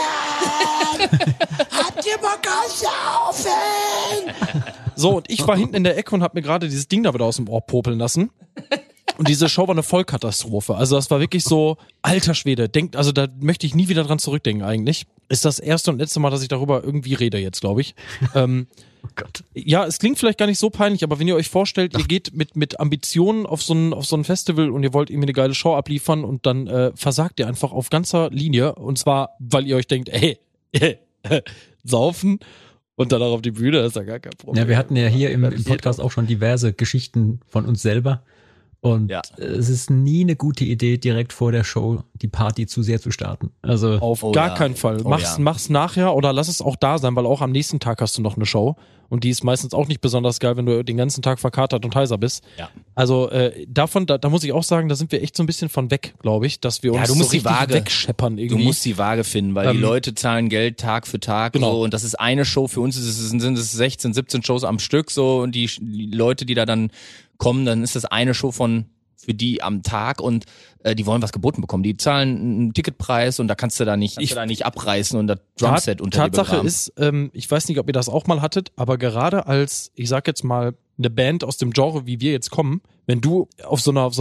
Feiern? Habt ihr Bock auf Saufen? So, und ich war hinten in der Ecke und hab mir gerade dieses Ding da wieder aus dem Ohr popeln lassen. Und diese Show war eine Vollkatastrophe. Also das war wirklich so, alter Schwede, also da möchte ich nie wieder dran zurückdenken eigentlich. Ist das erste und letzte Mal, dass ich darüber irgendwie rede jetzt, glaube ich. Oh Gott. Ja, es klingt vielleicht gar nicht so peinlich, aber wenn ihr euch vorstellt, ihr geht mit Ambitionen auf so ein Festival und ihr wollt irgendwie eine geile Show abliefern und dann versagt ihr einfach auf ganzer Linie. Und zwar, weil ihr euch denkt, saufen und dann auch auf die Bühne, das ist ja gar kein Problem. Ja, wir hatten ja hier im Podcast auch schon diverse Geschichten von uns selber. Und es ist nie eine gute Idee, direkt vor der Show die Party zu sehr zu starten. Also auf gar keinen Fall. Mach's nachher oder lass es auch da sein, weil auch am nächsten Tag hast du noch eine Show. Und die ist meistens auch nicht besonders geil, wenn du den ganzen Tag verkatert und heiser bist. Ja. Also da muss ich auch sagen, da sind wir echt so ein bisschen von weg, glaube ich, dass wir uns so richtig wegscheppern irgendwie. Du musst die Waage finden, weil die Leute zahlen Geld Tag für Tag. Genau. So, und das ist eine Show. Für uns sind es 16, 17 Shows am Stück. So, und die Leute, die da dann kommen, dann ist das eine Show für die am Tag und die wollen was geboten bekommen. Die zahlen einen Ticketpreis und da kannst du da nicht abreißen und das Drumset unter dir begraben. Tatsache ist, ich weiß nicht, ob ihr das auch mal hattet, aber gerade als, ich sag jetzt mal, eine Band aus dem Genre, wie wir jetzt kommen, wenn du auf so einem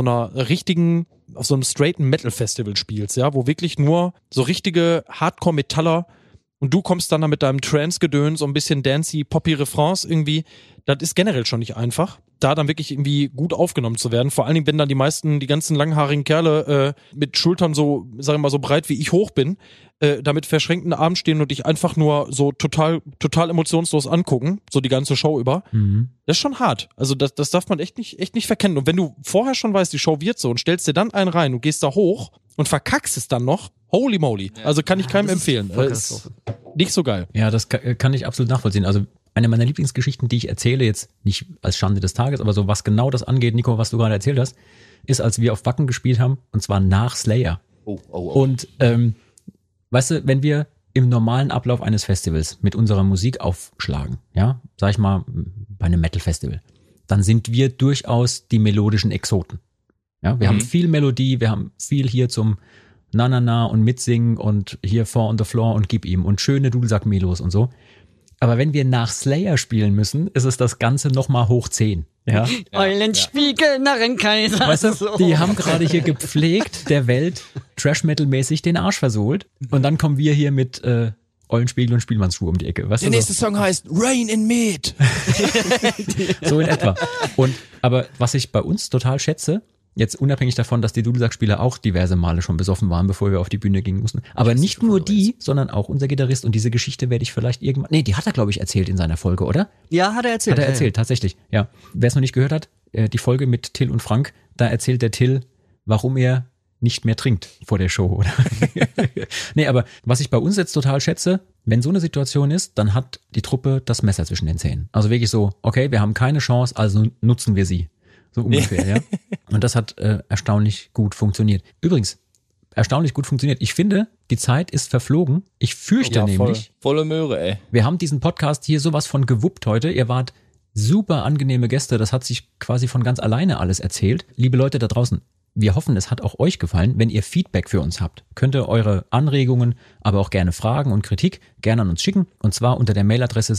straighten Metal-Festival spielst, ja, wo wirklich nur so richtige Hardcore-Metaller und du kommst dann da mit deinem Trance-Gedöns, so ein bisschen dancey, poppy Refrains irgendwie, das ist generell schon nicht einfach, da dann wirklich irgendwie gut aufgenommen zu werden. Vor allen Dingen, wenn dann die ganzen langhaarigen Kerle mit Schultern so, sag ich mal, so breit wie ich hoch bin, da mit verschränkten Armen stehen und dich einfach nur so total emotionslos angucken, so die ganze Show über. Mhm. Das ist schon hart. Also das darf man echt nicht verkennen. Und wenn du vorher schon weißt, die Show wird so und stellst dir dann einen rein und gehst da hoch und verkackst es dann noch, holy moly. Also kann ich keinem empfehlen. Ist nicht so geil. Ja, das kann ich absolut nachvollziehen. Also eine meiner Lieblingsgeschichten, die ich erzähle, jetzt nicht als Schande des Tages, aber so was genau das angeht, Nico, was du gerade erzählt hast, ist, als wir auf Wacken gespielt haben, und zwar nach Slayer. Oh. Und weißt du, wenn wir im normalen Ablauf eines Festivals mit unserer Musik aufschlagen, ja, sag ich mal, bei einem Metal-Festival, dann sind wir durchaus die melodischen Exoten. Ja, wir haben viel Melodie, wir haben viel hier zum Na und Mitsingen und hier Four on the Floor und gib ihm und schöne Dudelsack-Melos und so. Aber wenn wir nach Slayer spielen müssen, ist es das Ganze nochmal hoch 10. Ja. Eulenspiegel, Narrenkaiser. Weißt du, die haben gerade hier gepflegt der Welt Trash-Metal-mäßig den Arsch versohlt. Und dann kommen wir hier mit Eulenspiegel und Spielmannsschuhe um die Ecke. Weißt Der du, nächste Song heißt Rain in Med. so in etwa. Aber was ich bei uns total schätze, jetzt unabhängig davon, dass die Dudelsackspieler auch diverse Male schon besoffen waren, bevor wir auf die Bühne gingen mussten. Aber nicht nur die, sondern auch unser Gitarrist. Und diese Geschichte werde ich vielleicht irgendwann... Nee, die hat er, glaube ich, erzählt in seiner Folge, oder? Ja, hat er erzählt. Hat er erzählt, tatsächlich. Ja. Wer es noch nicht gehört hat, die Folge mit Till und Frank, da erzählt der Till, warum er nicht mehr trinkt vor der Show, oder? Nee, aber was ich bei uns jetzt total schätze, wenn so eine Situation ist, dann hat die Truppe das Messer zwischen den Zähnen. Also wirklich so, okay, wir haben keine Chance, also nutzen wir sie. So ungefähr, ja. Und das hat erstaunlich gut funktioniert. Übrigens, erstaunlich gut funktioniert. Ich finde, die Zeit ist verflogen. Ich fürchte nämlich, Volle Möhre, ey. wir haben diesen Podcast hier sowas von gewuppt heute. Ihr wart super angenehme Gäste. Das hat sich quasi von ganz alleine alles erzählt. Liebe Leute da draußen, wir hoffen, es hat auch euch gefallen. Wenn ihr Feedback für uns habt, könnt ihr eure Anregungen, aber auch gerne Fragen und Kritik gerne an uns schicken. Und zwar unter der Mailadresse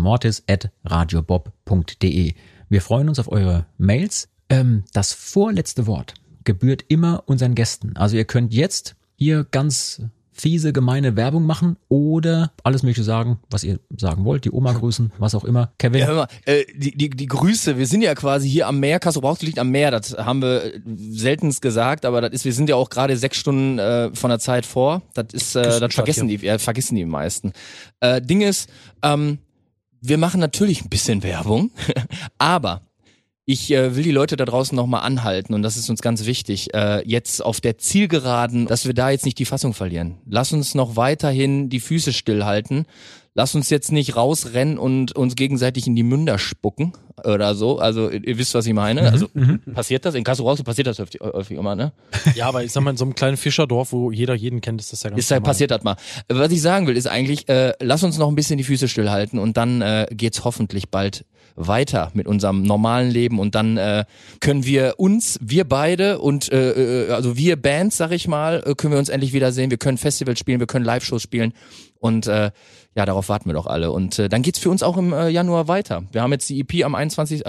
saltatiomortis@radiobob.de. Wir freuen uns auf eure Mails. Das vorletzte Wort gebührt immer unseren Gästen. Also ihr könnt jetzt hier ganz fiese, gemeine Werbung machen oder alles Mögliche sagen, was ihr sagen wollt, die Oma grüßen, was auch immer. Kevin? Ja, hör mal, die Grüße, wir sind ja quasi hier am Meer, Kassel-Brauxel liegt am Meer, das haben wir seltenst gesagt, aber das ist, wir sind ja auch gerade 6 Stunden von der Zeit vor, das ist, das vergessen die meisten. Ding ist, wir machen natürlich ein bisschen Werbung, aber ich will die Leute da draußen nochmal anhalten und das ist uns ganz wichtig, jetzt auf der Zielgeraden, dass wir da jetzt nicht die Fassung verlieren. Lass uns noch weiterhin die Füße stillhalten. Lass uns jetzt nicht rausrennen und uns gegenseitig in die Münder spucken oder so. Also ihr wisst, was ich meine. Also passiert das? In Kassel-Brauxel passiert das häufig immer, ne? Ja, aber ich sag mal, in so einem kleinen Fischerdorf, wo jeder jeden kennt, ist das ja ganz normal. Passiert das mal. Was ich sagen will, ist eigentlich, lass uns noch ein bisschen die Füße stillhalten und dann geht's hoffentlich bald weiter mit unserem normalen Leben und dann können wir beide und also wir Bands, sag ich mal, können wir uns endlich wiedersehen. Wir können Festivals spielen, wir können Live-Shows spielen und ja, darauf warten wir doch alle. Und dann geht's für uns auch im Januar weiter. Wir haben jetzt die EP am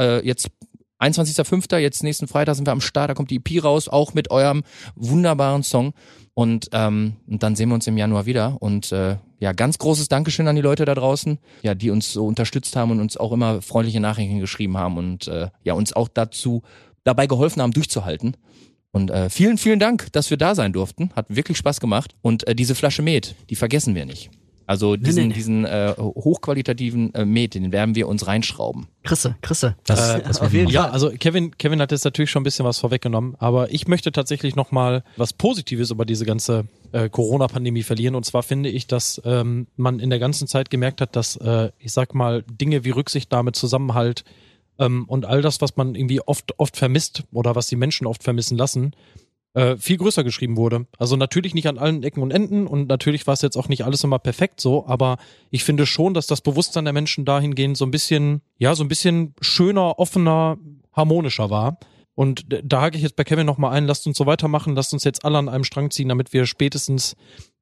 21.05., jetzt nächsten Freitag sind wir am Start, da kommt die EP raus, auch mit eurem wunderbaren Song. Und dann sehen wir uns im Januar wieder. Und ja, ganz großes Dankeschön an die Leute da draußen, ja, die uns so unterstützt haben und uns auch immer freundliche Nachrichten geschrieben haben und ja, uns auch dabei geholfen haben, durchzuhalten. Und vielen, vielen Dank, dass wir da sein durften. Hat wirklich Spaß gemacht. Und diese Flasche Met, die vergessen wir nicht. Also diesen hochqualitativen Met, den werden wir uns reinschrauben. Krisse. Das auf jeden Fall. Ja, also Kevin hat jetzt natürlich schon ein bisschen was vorweggenommen, aber ich möchte tatsächlich nochmal was Positives über diese ganze Corona-Pandemie verlieren. Und zwar finde ich, dass man in der ganzen Zeit gemerkt hat, dass, ich sag mal, Dinge wie Rücksichtnahme, Zusammenhalt und all das, was man irgendwie oft vermisst oder was die Menschen oft vermissen lassen, viel größer geschrieben wurde. Also natürlich nicht an allen Ecken und Enden und natürlich war es jetzt auch nicht alles immer perfekt so, aber ich finde schon, dass das Bewusstsein der Menschen dahingehend so ein bisschen schöner, offener, harmonischer war. Und da hake ich jetzt bei Kevin nochmal ein, lasst uns so weitermachen, lasst uns jetzt alle an einem Strang ziehen, damit wir spätestens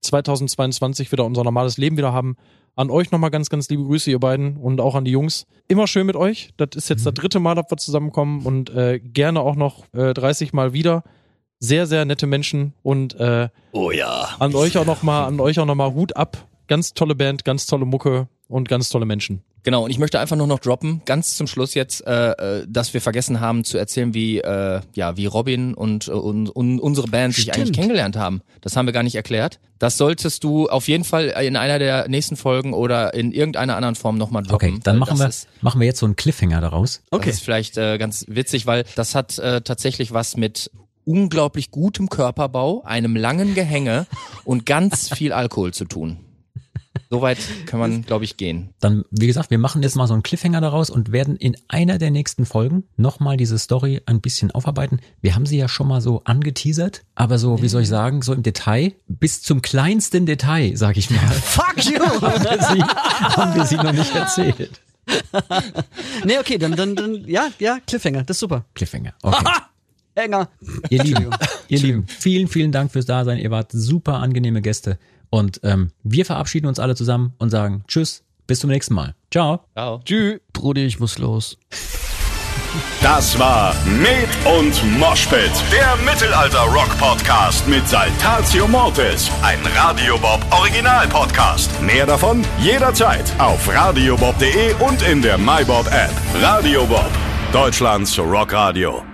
2022 wieder unser normales Leben wieder haben. An euch nochmal ganz, ganz liebe Grüße, ihr beiden, und auch an die Jungs. Immer schön mit euch. Das ist jetzt das 3. Mal, dass wir zusammenkommen und gerne auch noch 30 Mal wieder. Sehr, sehr nette Menschen und Oh ja. an euch auch noch mal Hut ab. Ganz tolle Band, ganz tolle Mucke und ganz tolle Menschen. Genau, und ich möchte einfach nur noch droppen, ganz zum Schluss jetzt, dass wir vergessen haben zu erzählen, wie Robin und unsere Band sich eigentlich kennengelernt haben. Das haben wir gar nicht erklärt. Das solltest du auf jeden Fall in einer der nächsten Folgen oder in irgendeiner anderen Form nochmal droppen. Okay, dann machen wir jetzt so einen Cliffhanger daraus. Okay. Das ist vielleicht ganz witzig, weil das hat tatsächlich was mit unglaublich gutem Körperbau, einem langen Gehänge und ganz viel Alkohol zu tun. Soweit kann man, glaube ich, gehen. Dann, wie gesagt, wir machen jetzt mal so einen Cliffhanger daraus und werden in einer der nächsten Folgen nochmal diese Story ein bisschen aufarbeiten. Wir haben sie ja schon mal so angeteasert, aber so, wie soll ich sagen, so im Detail, bis zum kleinsten Detail, sag ich mal. Fuck you! haben wir sie noch nicht erzählt. Nee, okay, dann, ja, Cliffhanger, das ist super. Cliffhanger, okay. Hänger. Ihr Lieben, vielen, vielen Dank fürs Dasein. Ihr wart super angenehme Gäste. Und wir verabschieden uns alle zusammen und sagen Tschüss, bis zum nächsten Mal. Ciao. Ciao. Tschüss. Brudi, ich muss los. Das war Med und Moshpit, der Mittelalter-Rock-Podcast mit Saltatio Mortis, ein Radio Bob Original-Podcast. Mehr davon jederzeit auf radiobob.de und in der MyBob-App. Radio Bob, Deutschlands Rockradio.